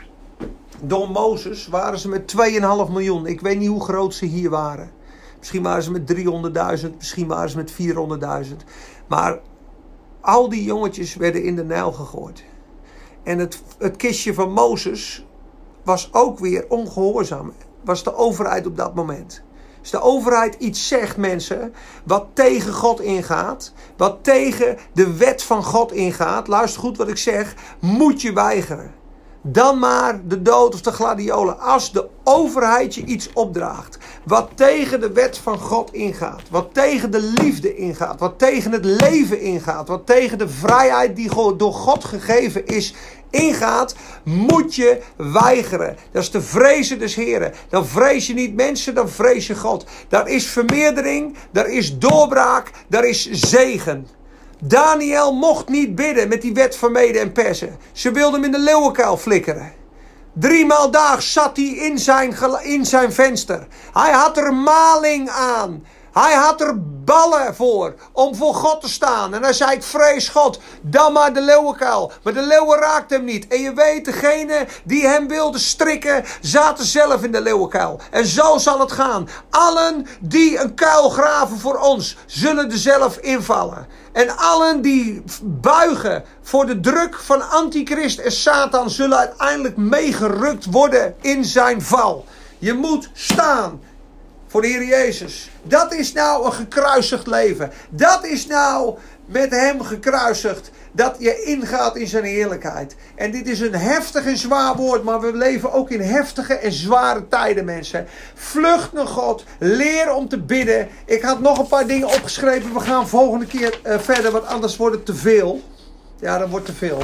door Mozes, waren ze met twee komma vijf miljoen. Ik weet niet hoe groot ze hier waren. Misschien waren ze met driehonderdduizend, misschien waren ze met vierhonderdduizend. Maar al die jongetjes werden in de Nijl gegooid. En het, het kistje van Mozes was ook weer ongehoorzaam. Was de overheid op dat moment. Als de overheid iets zegt, mensen, wat tegen God ingaat, wat tegen de wet van God ingaat, luister goed wat ik zeg, moet je weigeren. Dan maar de dood of de gladiolen. Als de overheid je iets opdraagt, wat tegen de wet van God ingaat, wat tegen de liefde ingaat, wat tegen het leven ingaat, wat tegen de vrijheid die door God gegeven is, ingaat, moet je weigeren. Dat is de vrezen des Heren. Dan vrees je niet mensen, dan vrees je God. Daar is vermeerdering, daar is doorbraak, daar is zegen. Daniel mocht niet bidden met die wet van Mede en Persen. Ze wilden hem in de leeuwenkuil flikkeren. Driemaal daags zat hij in zijn, in zijn venster. Hij had er maling aan. Hij had er ballen voor om voor God te staan. En hij zei, ik vrees God, dan maar de leeuwenkuil. Maar de leeuwen raakten hem niet. En je weet, degene die hem wilden strikken, zaten zelf in de leeuwenkuil. En zo zal het gaan. Allen die een kuil graven voor ons, zullen er zelf invallen. En allen die buigen voor de druk van Antichrist en Satan, zullen uiteindelijk meegerukt worden in zijn val. Je moet staan voor de Heer Jezus. Dat is nou een gekruisigd leven. Dat is nou met hem gekruisigd. Dat je ingaat in zijn heerlijkheid. En dit is een heftig en zwaar woord. Maar we leven ook in heftige en zware tijden, mensen. Vlucht naar God. Leer om te bidden. Ik had nog een paar dingen opgeschreven. We gaan volgende keer uh, verder. Want anders wordt het te veel. Ja, dan wordt het te veel.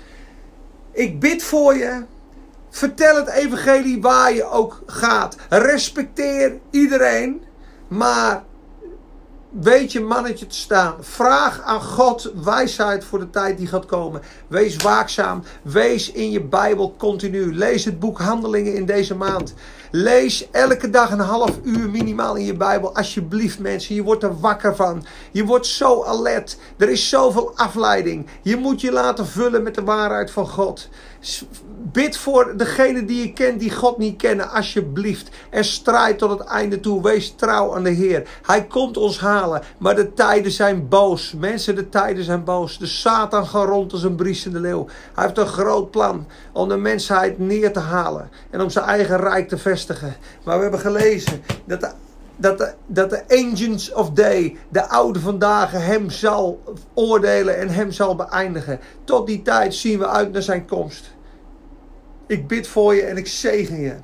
Ik bid voor je. Vertel het evangelie waar je ook gaat. Respecteer iedereen. Maar weet je mannetje te staan. Vraag aan God wijsheid voor de tijd die gaat komen. Wees waakzaam. Wees in je Bijbel continu. Lees het boek Handelingen in deze maand. Lees elke dag een half uur minimaal in je Bijbel. Alsjeblieft mensen. Je wordt er wakker van. Je wordt zo alert. Er is zoveel afleiding. Je moet je laten vullen met de waarheid van God. Bid voor degene die je kent die God niet kennen. Alsjeblieft. En strijd tot het einde toe. Wees trouw aan de Heer. Hij komt ons halen. Maar de tijden zijn boos. Mensen, de tijden zijn boos. De Satan gaat rond als een briesende leeuw. Hij heeft een groot plan om de mensheid neer te halen. En om zijn eigen rijk te vestigen. Maar we hebben gelezen dat de Dat de, dat de Ancients of Day, de oude vandaag, hem zal oordelen en hem zal beëindigen. Tot die tijd zien we uit naar zijn komst. Ik bid voor je en ik zegen je.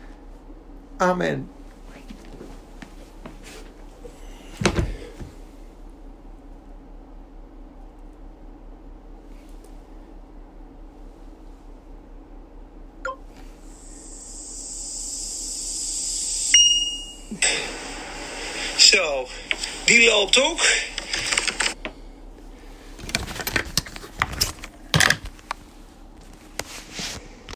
Amen. Zo, die loopt ook.